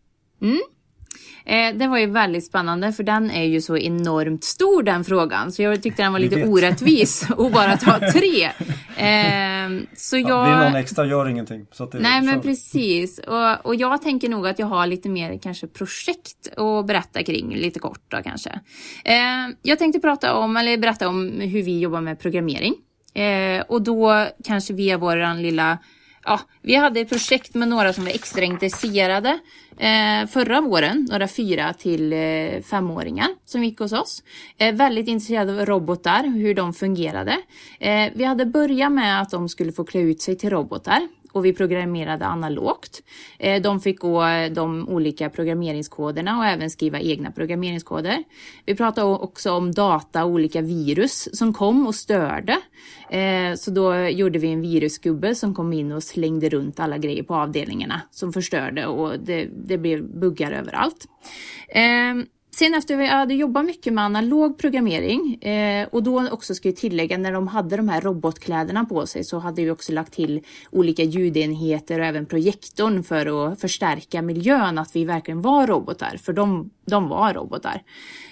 Det var ju väldigt spännande för den är ju så enormt stor den frågan. Så jag tyckte den var lite orättvis och bara ta 3. Så det är någon extra, gör ingenting. Så att men precis. Och jag tänker nog att jag har lite mer kanske projekt att berätta kring lite kort då kanske. Jag tänkte berätta om hur vi jobbar med programmering. Och då kanske via våran lilla... Ja, vi hade ett projekt med några som var extra intresserade förra våren, några 4 till 5-åringar som gick hos oss. Väldigt intresserade av robotar, hur de fungerade. Vi hade börjat med att de skulle få klä ut sig till robotar och vi programmerade analogt. De fick gå de olika programmeringskoderna och även skriva egna programmeringskoder. Vi pratade också om data och olika virus som kom och störde. Så då gjorde vi en virusgubbe som kom in och slängde runt alla grejer på avdelningarna som förstörde och det blev buggar överallt. Sen efter vi hade jobbat mycket med analog programmering och då också ska jag tillägga när de hade de här robotkläderna på sig så hade vi också lagt till olika ljudenheter och även projektorn för att förstärka miljön att vi verkligen var robotar, för de var robotar.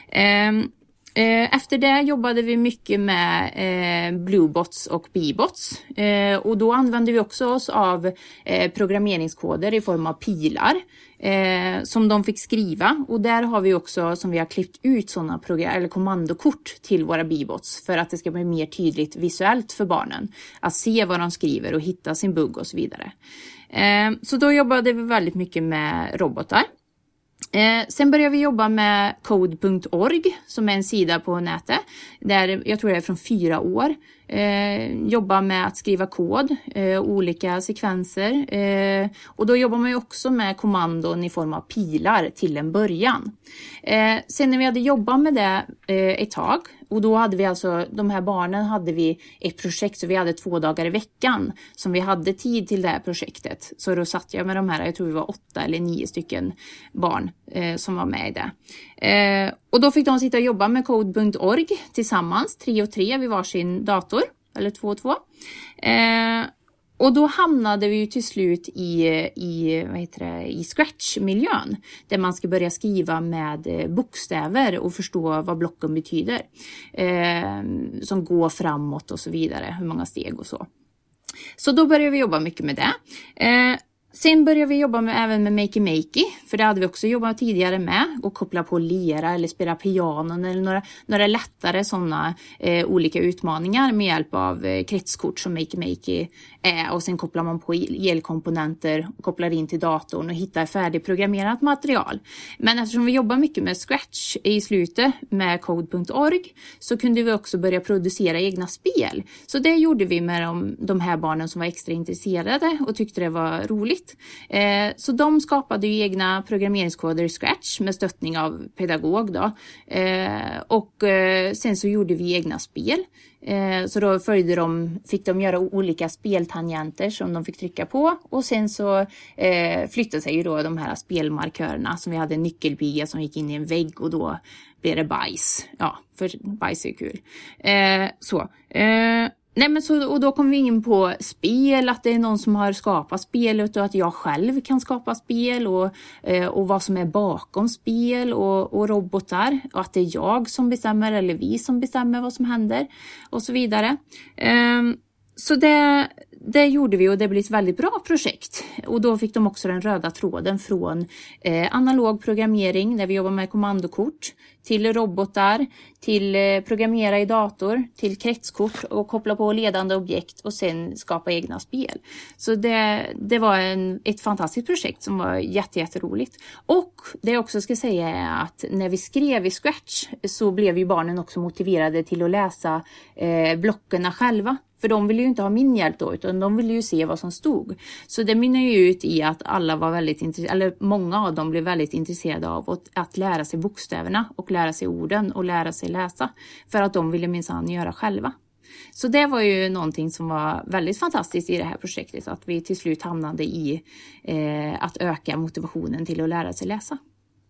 Efter det jobbade vi mycket med Bluebots och Bebots och då använde vi också oss av programmeringskoder i form av pilar som de fick skriva och där har vi också som vi har klippt ut sådana kommandokort till våra Bebots för att det ska bli mer tydligt visuellt för barnen att se vad de skriver och hitta sin bugg och så vidare. Så då jobbade vi väldigt mycket med robotar. Sen började vi jobba med code.org som är en sida på nätet där jag tror det är från 4 år. Jobba med att skriva kod, olika sekvenser och då jobbar man ju också med kommandon i form av pilar till en början. Sen när vi hade jobbat med det ett tag och då hade vi alltså, de här barnen hade vi ett projekt så vi hade 2 dagar i veckan som vi hade tid till det här projektet. Så då satt jag med de här, jag tror det var 8 eller 9 stycken barn som var med i det. Och då fick de sitta och jobba med code.org tillsammans, 3 och 3 vid varsin dator, eller 2 och 2. Och då hamnade vi ju till slut i Scratch-miljön. Där man ska börja skriva med bokstäver och förstå vad blocken betyder. Som går framåt och så vidare, hur många steg och så. Så då började vi jobba mycket med det. Sen började vi jobba även med Makey, för det hade vi också jobbat tidigare med. Och koppla på lera eller spela pianon eller några lättare sådana olika utmaningar med hjälp av kretskort som Makey är. Och sen kopplar man på elkomponenter och kopplar in till datorn och hittar färdigprogrammerat material. Men eftersom vi jobbar mycket med Scratch i slutet med code.org så kunde vi också börja producera egna spel. Så det gjorde vi med de här barnen som var extra intresserade och tyckte det var roligt. Så de skapade ju egna programmeringskoder i Scratch med stöttning av pedagog då. Och sen så gjorde vi egna spel. Så då fick de göra olika speltangenter som de fick trycka på. Och sen så flyttade sig ju då de här spelmarkörerna som vi hade en nyckelpiga som gick in i en vägg och då blev det bajs. Ja, för bajs är kul. Nej, men och då kom vi in på spel, att det är någon som har skapat spelet och att jag själv kan skapa spel och vad som är bakom spel och robotar och att det är jag som bestämmer eller vi som bestämmer vad som händer och så vidare. Så det gjorde vi och det blev ett väldigt bra projekt. Och då fick de också den röda tråden från analog programmering där vi jobbar med kommandokort till robotar, till programmera i dator, till kretskort och koppla på ledande objekt och sen skapa egna spel. Så det var ett fantastiskt projekt som var jätteroligt. Och det jag också ska säga är att när vi skrev i Scratch så blev ju barnen också motiverade till att läsa blockerna själva. För de ville ju inte ha min hjälp då, utan de ville ju se vad som stod. Så det mynnar ju ut i att alla var väldigt intresserade, eller många av dem blev väldigt intresserade av att lära sig bokstäverna och lära sig orden och lära sig läsa. För att de ville minsann göra själva. Så det var ju någonting som var väldigt fantastiskt i det här projektet. Att vi till slut hamnade i att öka motivationen till att lära sig läsa.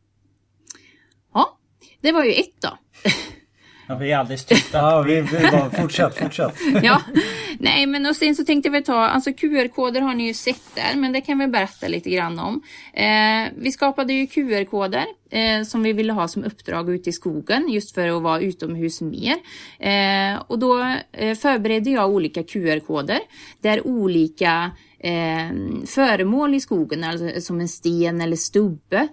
Ja, det var ju ett då. Ja, vi är alldeles tysta. Ja, vi bara fortsätt. Ja, nej men och sen så tänkte vi ta, alltså QR-koder har ni ju sett där, men det kan vi berätta lite grann om. Vi skapade ju QR-koder som vi ville ha som uppdrag ute i skogen just för att vara utomhus mer. Och då förberedde jag olika QR-koder där olika föremål i skogen, alltså som en sten eller stubbe,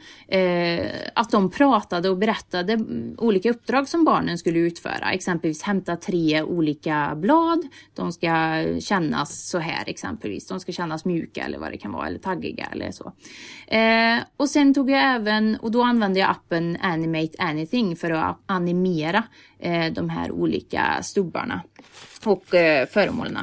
att de pratade och berättade olika uppdrag som barnen skulle utföra. Exempelvis hämta 3 olika blad, de ska kännas så här exempelvis, de ska kännas mjuka eller vad det kan vara, eller taggiga eller så. Och sen tog jag även, och då använde jag appen Animate Anything för att animera de här olika stubbarna och föremålen.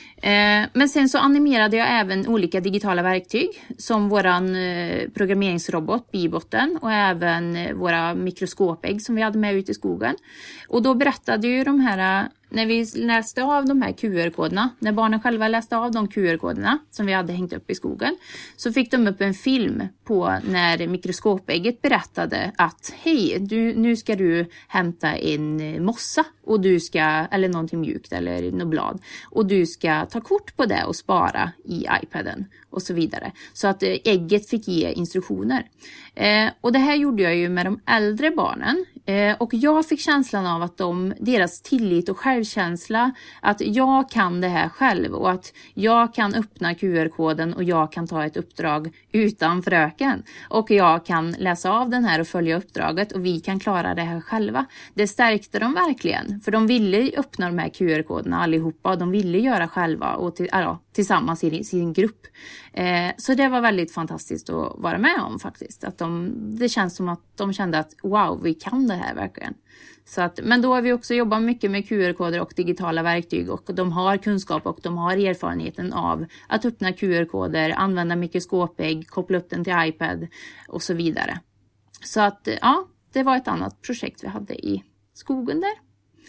Men sen så animerade jag även olika digitala verktyg som våran programmeringsrobot Bibotten och även våra mikroskopägg som vi hade med ut i skogen. Och då berättade ju de här, när vi läste av de här QR-koderna, när barnen själva läste av de QR-koderna som vi hade hängt upp i skogen, så fick de upp en film på när mikroskopägget berättade att hej, nu ska du hämta en mossa och du ska, eller någonting mjukt eller något blad, och du ska ta kort på det och spara i iPaden och så vidare. Så att ägget fick ge instruktioner. Och det här gjorde jag ju med de äldre barnen. Och jag fick känslan av att deras tillit och självkänsla, att jag kan det här själv och att jag kan öppna QR-koden och jag kan ta ett uppdrag utan fröken. Och jag kan läsa av den här och följa uppdraget och vi kan klara det här själva. Det stärkte dem verkligen, för de ville öppna de här QR-koderna allihopa och de ville göra själva och tillsammans i sin grupp. Så det var väldigt fantastiskt att vara med om faktiskt. Att det känns som att de kände att wow, vi kan det här verkligen. Så att, men då har vi också jobbat mycket med QR-koder och digitala verktyg och de har kunskap och de har erfarenheten av att öppna QR-koder, använda mikroskopägg, koppla upp den till iPad och så vidare. Så att ja, det var ett annat projekt vi hade i skogen där.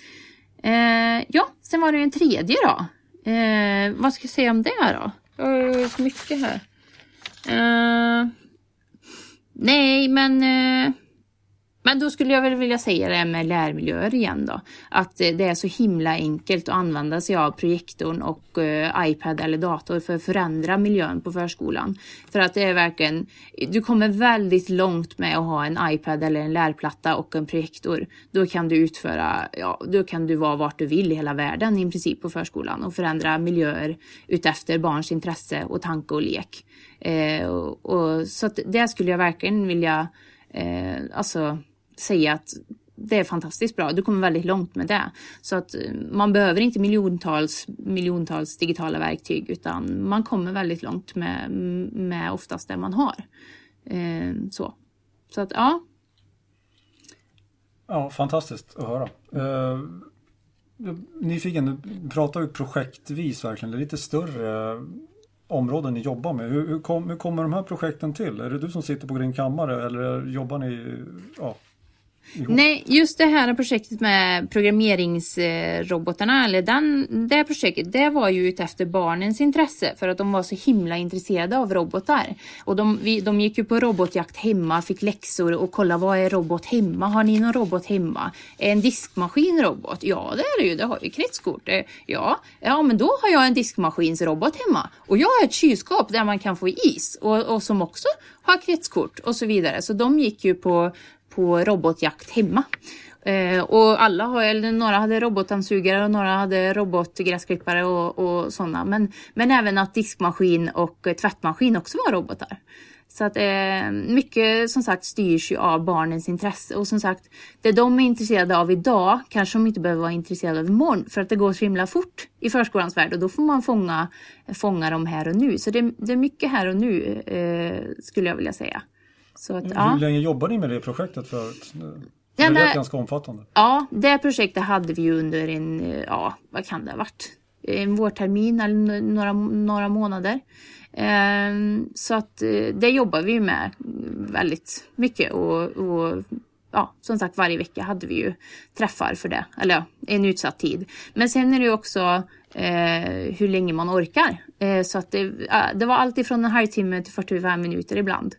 Sen var det en tredje då. Vad ska jag säga om det här då? Jag har så mycket här. Men då skulle jag väl vilja säga det med lärmiljöer igen då. Att det är så himla enkelt att använda sig av projektorn och iPad eller dator för att förändra miljön på förskolan. För att det är verkligen, du kommer väldigt långt med att ha en iPad eller en lärplatta och en projektor. Då kan du då kan du vara vart du vill i hela världen i princip på förskolan och förändra miljöer utefter barns intresse och tanke och lek. Så att det skulle jag verkligen vilja säga att det är fantastiskt bra. Du kommer väldigt långt med det. Så att man behöver inte miljontals digitala verktyg utan man kommer väldigt långt med oftast det man har. Så att ja. Ja, fantastiskt att höra. Nyfiken, du pratar ju projektvis verkligen. Det är lite större områden ni jobbar med. Hur kommer de här projekten till? Är det du som sitter på din kammare eller jobbar ni Nej, just det här projektet med programmeringsrobotarna, eller det projektet, det var ju ute efter barnens intresse för att de var så himla intresserade av robotar. Och de gick ju på robotjakt hemma, fick läxor och kolla vad är robot hemma? Har ni någon robot hemma? Är en diskmaskin robot? Ja, det är det ju, det har ju kretskort. Ja, men då har jag en diskmaskinsrobot hemma. Och jag har ett kylskåp där man kan få is och som också har kretskort och så vidare. Så de gick ju på robotjakt hemma. Och några hade robotdammsugare och några hade robotgräsklippare och sådana. Men även att diskmaskin och tvättmaskin också var robotar. Så att mycket som sagt styrs ju av barnens intresse. Och som sagt, det de är intresserade av idag kanske de inte behöver vara intresserade av imorgon. För att det går så himla fort i förskolans värld. Och då får man fånga dem här och nu. Så det är mycket här och nu skulle jag vilja säga. Så att, Hur länge jobbar ni med det projektet förut? Det är ganska omfattande. Ja, det projektet hade vi ju under vad kan det ha varit? En vårtermin eller några månader. Så att det jobbar vi ju med väldigt mycket och som sagt varje vecka hade vi ju träffar för det. Eller en utsatt tid. Men sen är det ju också hur länge man orkar. Så att det var alltid från en halvtimme till 45 minuter ibland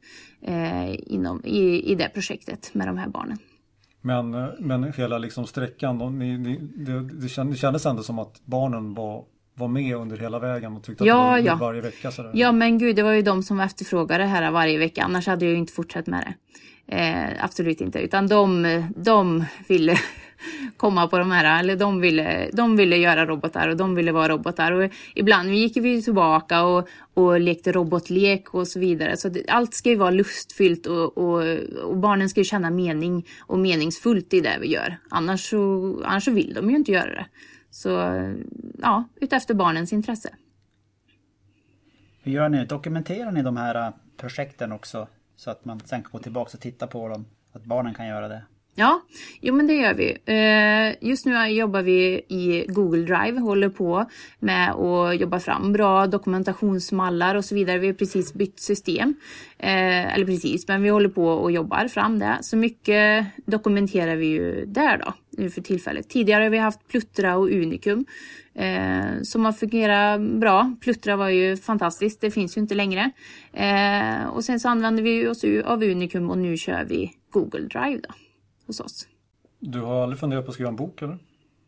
i det projektet med de här barnen. Men hela liksom sträckan, det kändes ändå som att barnen var med under hela vägen och tyckte att det var varje vecka. Sådär. Ja, men gud, det var ju de som efterfrågade det här varje vecka. Annars hade jag ju inte fortsatt med det. Absolut inte. Utan de ville komma på de här, eller de ville göra robotar och de ville vara robotar. Och ibland gick vi tillbaka och lekte robotlek och så vidare. Så allt ska ju vara lustfyllt och barnen ska ju känna mening och meningsfullt i det vi gör. Annars så vill de ju inte göra det. Så utefter barnens intresse. Hur gör ni? Dokumenterar ni de här projekten också? Så att man sen kan gå tillbaka och titta på dem. Att barnen kan göra det. Ja, men det gör vi. Just nu jobbar vi i Google Drive. Håller på med att jobba fram bra dokumentationsmallar och så vidare. Vi har precis bytt system. Men vi håller på och jobbar fram det. Så mycket dokumenterar vi ju där då. Nu för tillfället. Tidigare har vi haft Pluttra och Unicum. Som har fungerat bra. Pluttra var ju fantastiskt. Det finns ju inte längre. Och sen så använder vi oss av Unicum och nu kör vi Google Drive då. Hos oss. Du har aldrig funderat på att skriva en bok eller?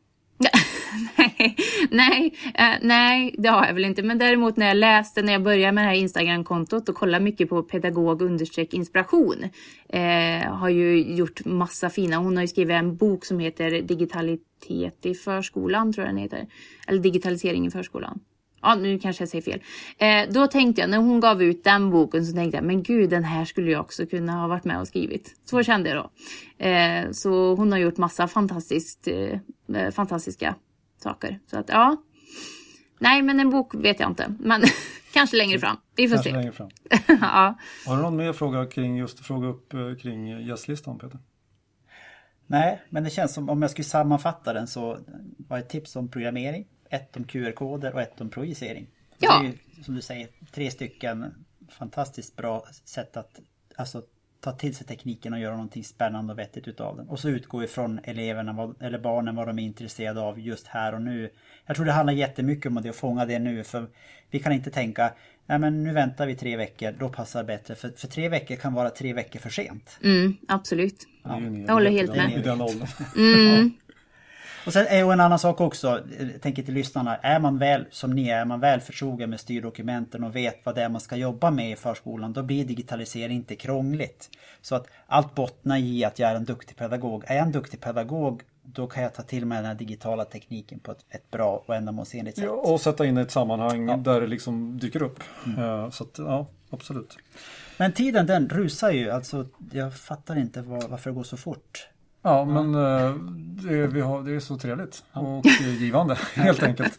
Nej, det har jag väl inte. Men däremot när jag började med det här Instagram-kontot och kollade mycket på pedagog_inspiration. Har ju gjort massa fina. Hon har ju skrivit en bok som heter Digitalitet i förskolan, tror jag den heter. Eller Digitalisering i förskolan. Ja, nu kanske jag säger fel. Då tänkte jag, när hon gav ut den boken så tänkte jag, men gud, den här skulle jag också kunna ha varit med och skrivit. Så kände jag då. Så hon har gjort massa fantastiska saker. Så att, nej, men en bok vet jag inte. Men kanske längre fram. Vi får se. Längre fram. Ja. Har du någon mer fråga kring gästlistan, Peter? Nej, men det känns som om jag skulle sammanfatta den så var ett tips om programmering. Ett om QR-koder och ett om projicering. Ja. Det är ju, som du säger, 3 stycken fantastiskt bra sätt att ta till sig tekniken och göra någonting spännande och vettigt utav den. Och så utgå ifrån eleverna eller barnen vad de är intresserade av just här och nu. Jag tror det handlar jättemycket om att fånga det nu. För vi kan inte tänka, nej men nu väntar vi 3 veckor, då passar det bättre. För 3 veckor kan vara 3 veckor för sent. Absolut. Ja. Jag håller helt med. I den åldern. Ja. Och sen är en annan sak också, jag tänker till lyssnarna, är man väl förtrogen med styrdokumenten och vet vad det är man ska jobba med i förskolan, då blir digitalisering inte krångligt. Så att allt bottnar i att jag är en duktig pedagog. Är jag en duktig pedagog, då kan jag ta till mig den här digitala tekniken på ett bra och ändamålsenligt sätt. Ja, och sätta in ett sammanhang där det liksom dyker upp. Så att, ja, absolut. Men tiden den rusar ju, alltså jag fattar inte varför det går så fort. Ja, men det är så trevligt och givande, helt enkelt.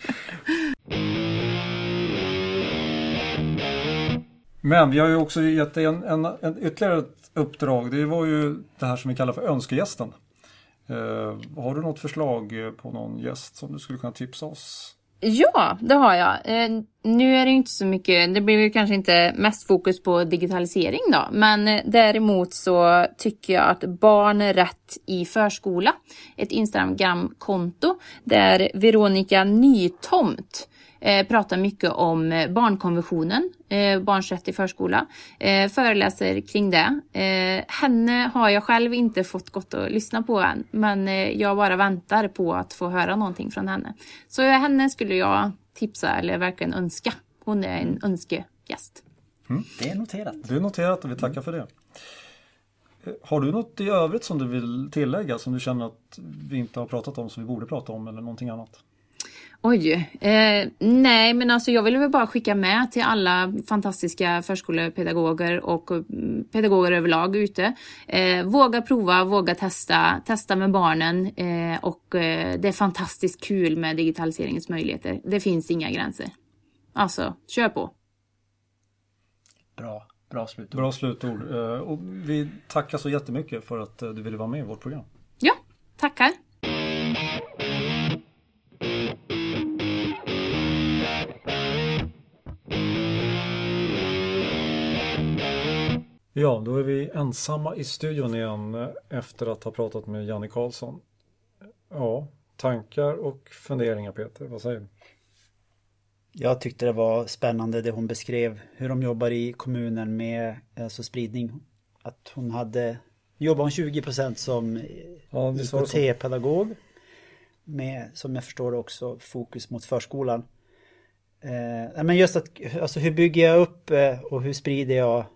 Men vi har ju också gett en ytterligare ett uppdrag. Det var ju det här som vi kallar för önskegästen. Har du något förslag på någon gäst som du skulle kunna tipsa oss? Ja, det har jag. Nu är det inte så mycket, det blir ju kanske inte mest fokus på digitalisering då. Men däremot så tycker jag att Barn är rätt i förskola, ett Instagram-konto där Veronica Nytomt pratar mycket om barnkonventionen, barns rätt i förskola, föreläser kring det. Henne har jag själv inte fått gått och lyssna på än, men jag bara väntar på att få höra någonting från henne. Så henne skulle jag tipsa eller verkligen önska. Hon är en önskegäst. Det är noterat. Det är noterat och vi tackar för det. Har du något i övrigt som du vill tillägga som du känner att vi inte har pratat om som vi borde prata om eller någonting annat? Oj, nej men alltså jag vill väl bara skicka med till alla fantastiska förskolepedagoger och pedagoger överlag ute. Våga prova, våga testa med barnen och det är fantastiskt kul med digitaliseringens möjligheter. Det finns inga gränser. Alltså, kör på. Bra slutord. Bra slutord. Och vi tackar så jättemycket för att du ville vara med i vårt program. Ja, tackar. Ja, då är vi ensamma i studion igen efter att ha pratat med Janne Karlsson. Ja, tankar och funderingar Peter, vad säger du? Jag tyckte det var spännande det hon beskrev, hur de jobbar i kommunen med alltså spridning. Att hon jobbar 20% som IKT-pedagog med, som jag förstår också, fokus mot förskolan. Men just att, alltså hur bygger jag upp och hur sprider jag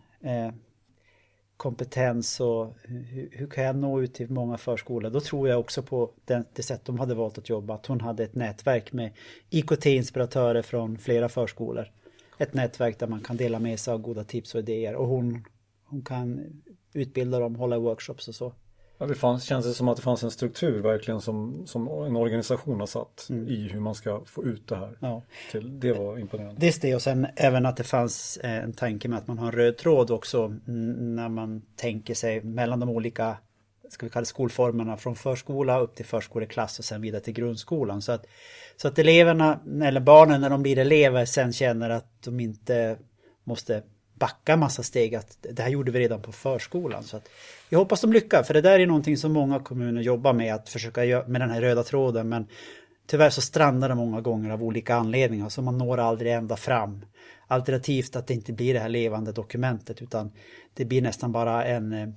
kompetens och hur kan jag nå ut till många förskolor? Då tror jag också på det sätt de hade valt att jobba. Att hon hade ett nätverk med IKT-inspiratörer från flera förskolor. Ett nätverk där man kan dela med sig av goda tips och idéer. Och hon kan utbilda dem, hålla workshops och så. Ja, känns det som att det fanns en struktur verkligen som en organisation har satt i hur man ska få ut det här. Ja. Det var imponerande. Dels det och sen även att det fanns en tanke med att man har en röd tråd också när man tänker sig mellan de olika, ska vi kalla skolformerna, från förskola upp till förskoleklass och sen vidare till grundskolan. Så att eleverna eller barnen när de blir elever sen känner att de inte måste backa massa steg, att det här gjorde vi redan på förskolan. Så att jag hoppas de lyckas, för det där är någonting som många kommuner jobbar med, att försöka göra med den här röda tråden, men tyvärr så strandar det många gånger av olika anledningar, så man når aldrig ända fram. Alternativt att det inte blir det här levande dokumentet, utan det blir nästan bara en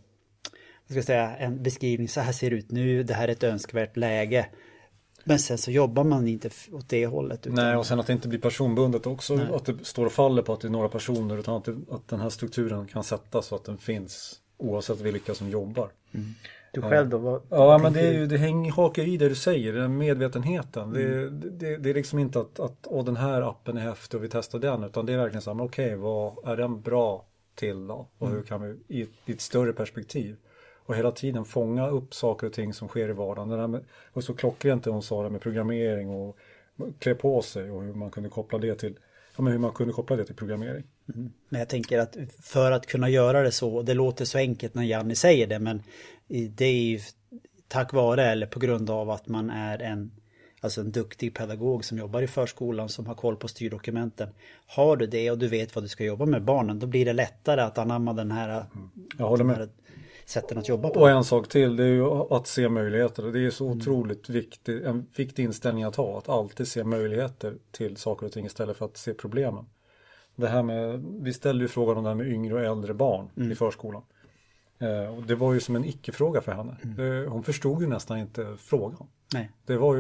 beskrivning, så här ser det ut nu, det här är ett önskvärt läge. Men sen så jobbar man inte åt det hållet. Nej, och sen att det inte blir personbundet också. Nej. Att det står och faller på att det är några personer, utan att den här strukturen kan sättas så att den finns oavsett vilka som jobbar. Mm. Du själv då? Ja, men det hakar i det du säger, den medvetenheten. Det är liksom inte att den här appen är häftig och vi testar den, utan det är verkligen så här, okej, vad är den bra till då? Och hur kan vi i ett större perspektiv? Och hela tiden fånga upp saker och ting som sker i vardagen. Det där med, och så klockrent hon sa det med programmering och klä på sig och hur man kunde koppla det till programmering. Mm. Men jag tänker att för att kunna göra det så, det låter så enkelt när Janne säger det, men det är ju tack vare eller på grund av att man är en duktig pedagog som jobbar i förskolan, som har koll på styrdokumenten. Har du det och du vet vad du ska jobba med barnen, då blir det lättare att anamma den här, jag håller med. Sätten att jobba på. Och en sak till, det är ju att se möjligheter. Det är så otroligt en viktig inställning att ha, att alltid se möjligheter till saker och ting istället för att se problemen. Det här med, vi ställde ju frågan om det här med yngre och äldre barn i förskolan. Och det var ju som en icke-fråga för henne. Hon förstod ju nästan inte frågan. Nej. Det var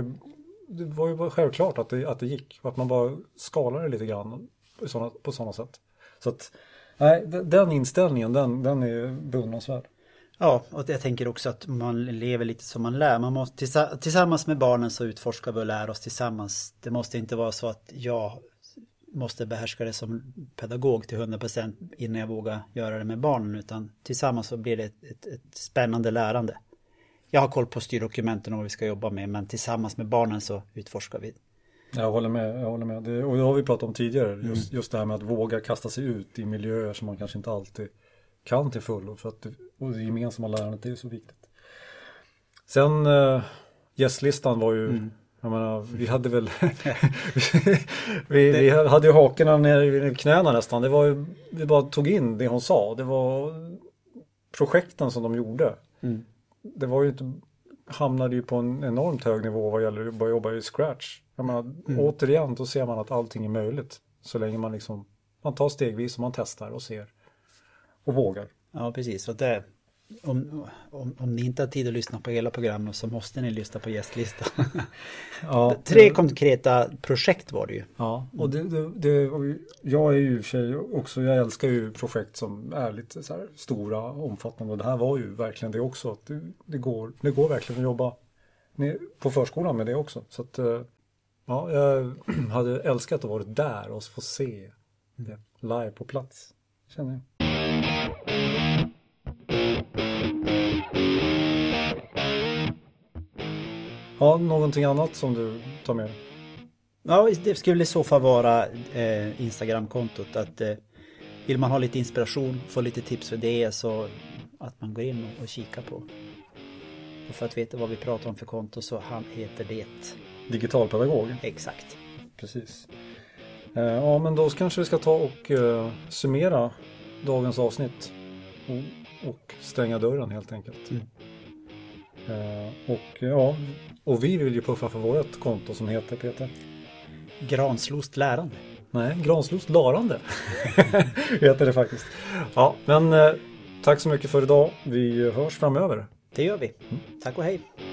ju bara självklart att det gick. Att man bara skalade lite grann på sådana sätt. Så att, nej, den inställningen, den är beundransvärd. Ja, och jag tänker också att man lever lite som man lär. Man måste, tillsammans med barnen så utforskar vi och lär oss tillsammans. Det måste inte vara så att jag måste behärska det som pedagog till 100% innan jag vågar göra det med barnen. Utan tillsammans så blir det ett spännande lärande. Jag har koll på styrdokumenten och vad vi ska jobba med, men tillsammans med barnen så utforskar vi. Jag håller med. Och det har vi pratat om tidigare. Just det här med att våga kasta sig ut i miljöer som man kanske inte alltid kan till fullo, för att det gemensamma lärandet är ju så viktigt. Sen gästlistan var ju Jag menar, vi hade väl vi hade ju hakorna ner i knäna nästan. Det var ju, vi bara tog in det hon sa. Det var projekten som de gjorde. Det var ju inte, hamnade ju på en enormt hög nivå vad gäller att börja jobba i Scratch. Jag menar, återigen då ser man att allting är möjligt. Så länge man liksom, man tar stegvis och man testar och ser och vågar. Ja, precis. Så det, om ni inte har tid att lyssna på hela programmet så måste ni lyssna på gästlistan. Ja, 3 konkreta projekt var det ju. Ja, och jag är ju i och för sig också, jag älskar ju projekt som är lite så här stora, omfattande. Och det här var ju verkligen det också. Att det går verkligen att jobba på förskolan med det också. Så att, ja, jag hade älskat att vara där och få se det live på plats, känner jag. Ja, någonting annat som du tar med? Ja, det skulle i så fall vara Instagram-kontot. Att vill man ha lite inspiration, få lite tips för det, så att man går in och kikar på. Och för att veta vad vi pratar om för konto så han heter det Digitalpedagog. Exakt. Precis. Ja, men då kanske vi ska ta och summera dagens avsnitt och stänga dörren helt enkelt. Och vi vill ju puffa för vårt konto som heter, Peter? Granslost lärande. Nej, Granslost larande heter det faktiskt. Ja, men tack så mycket för idag. Vi hörs framöver. Det gör vi. Tack och hej.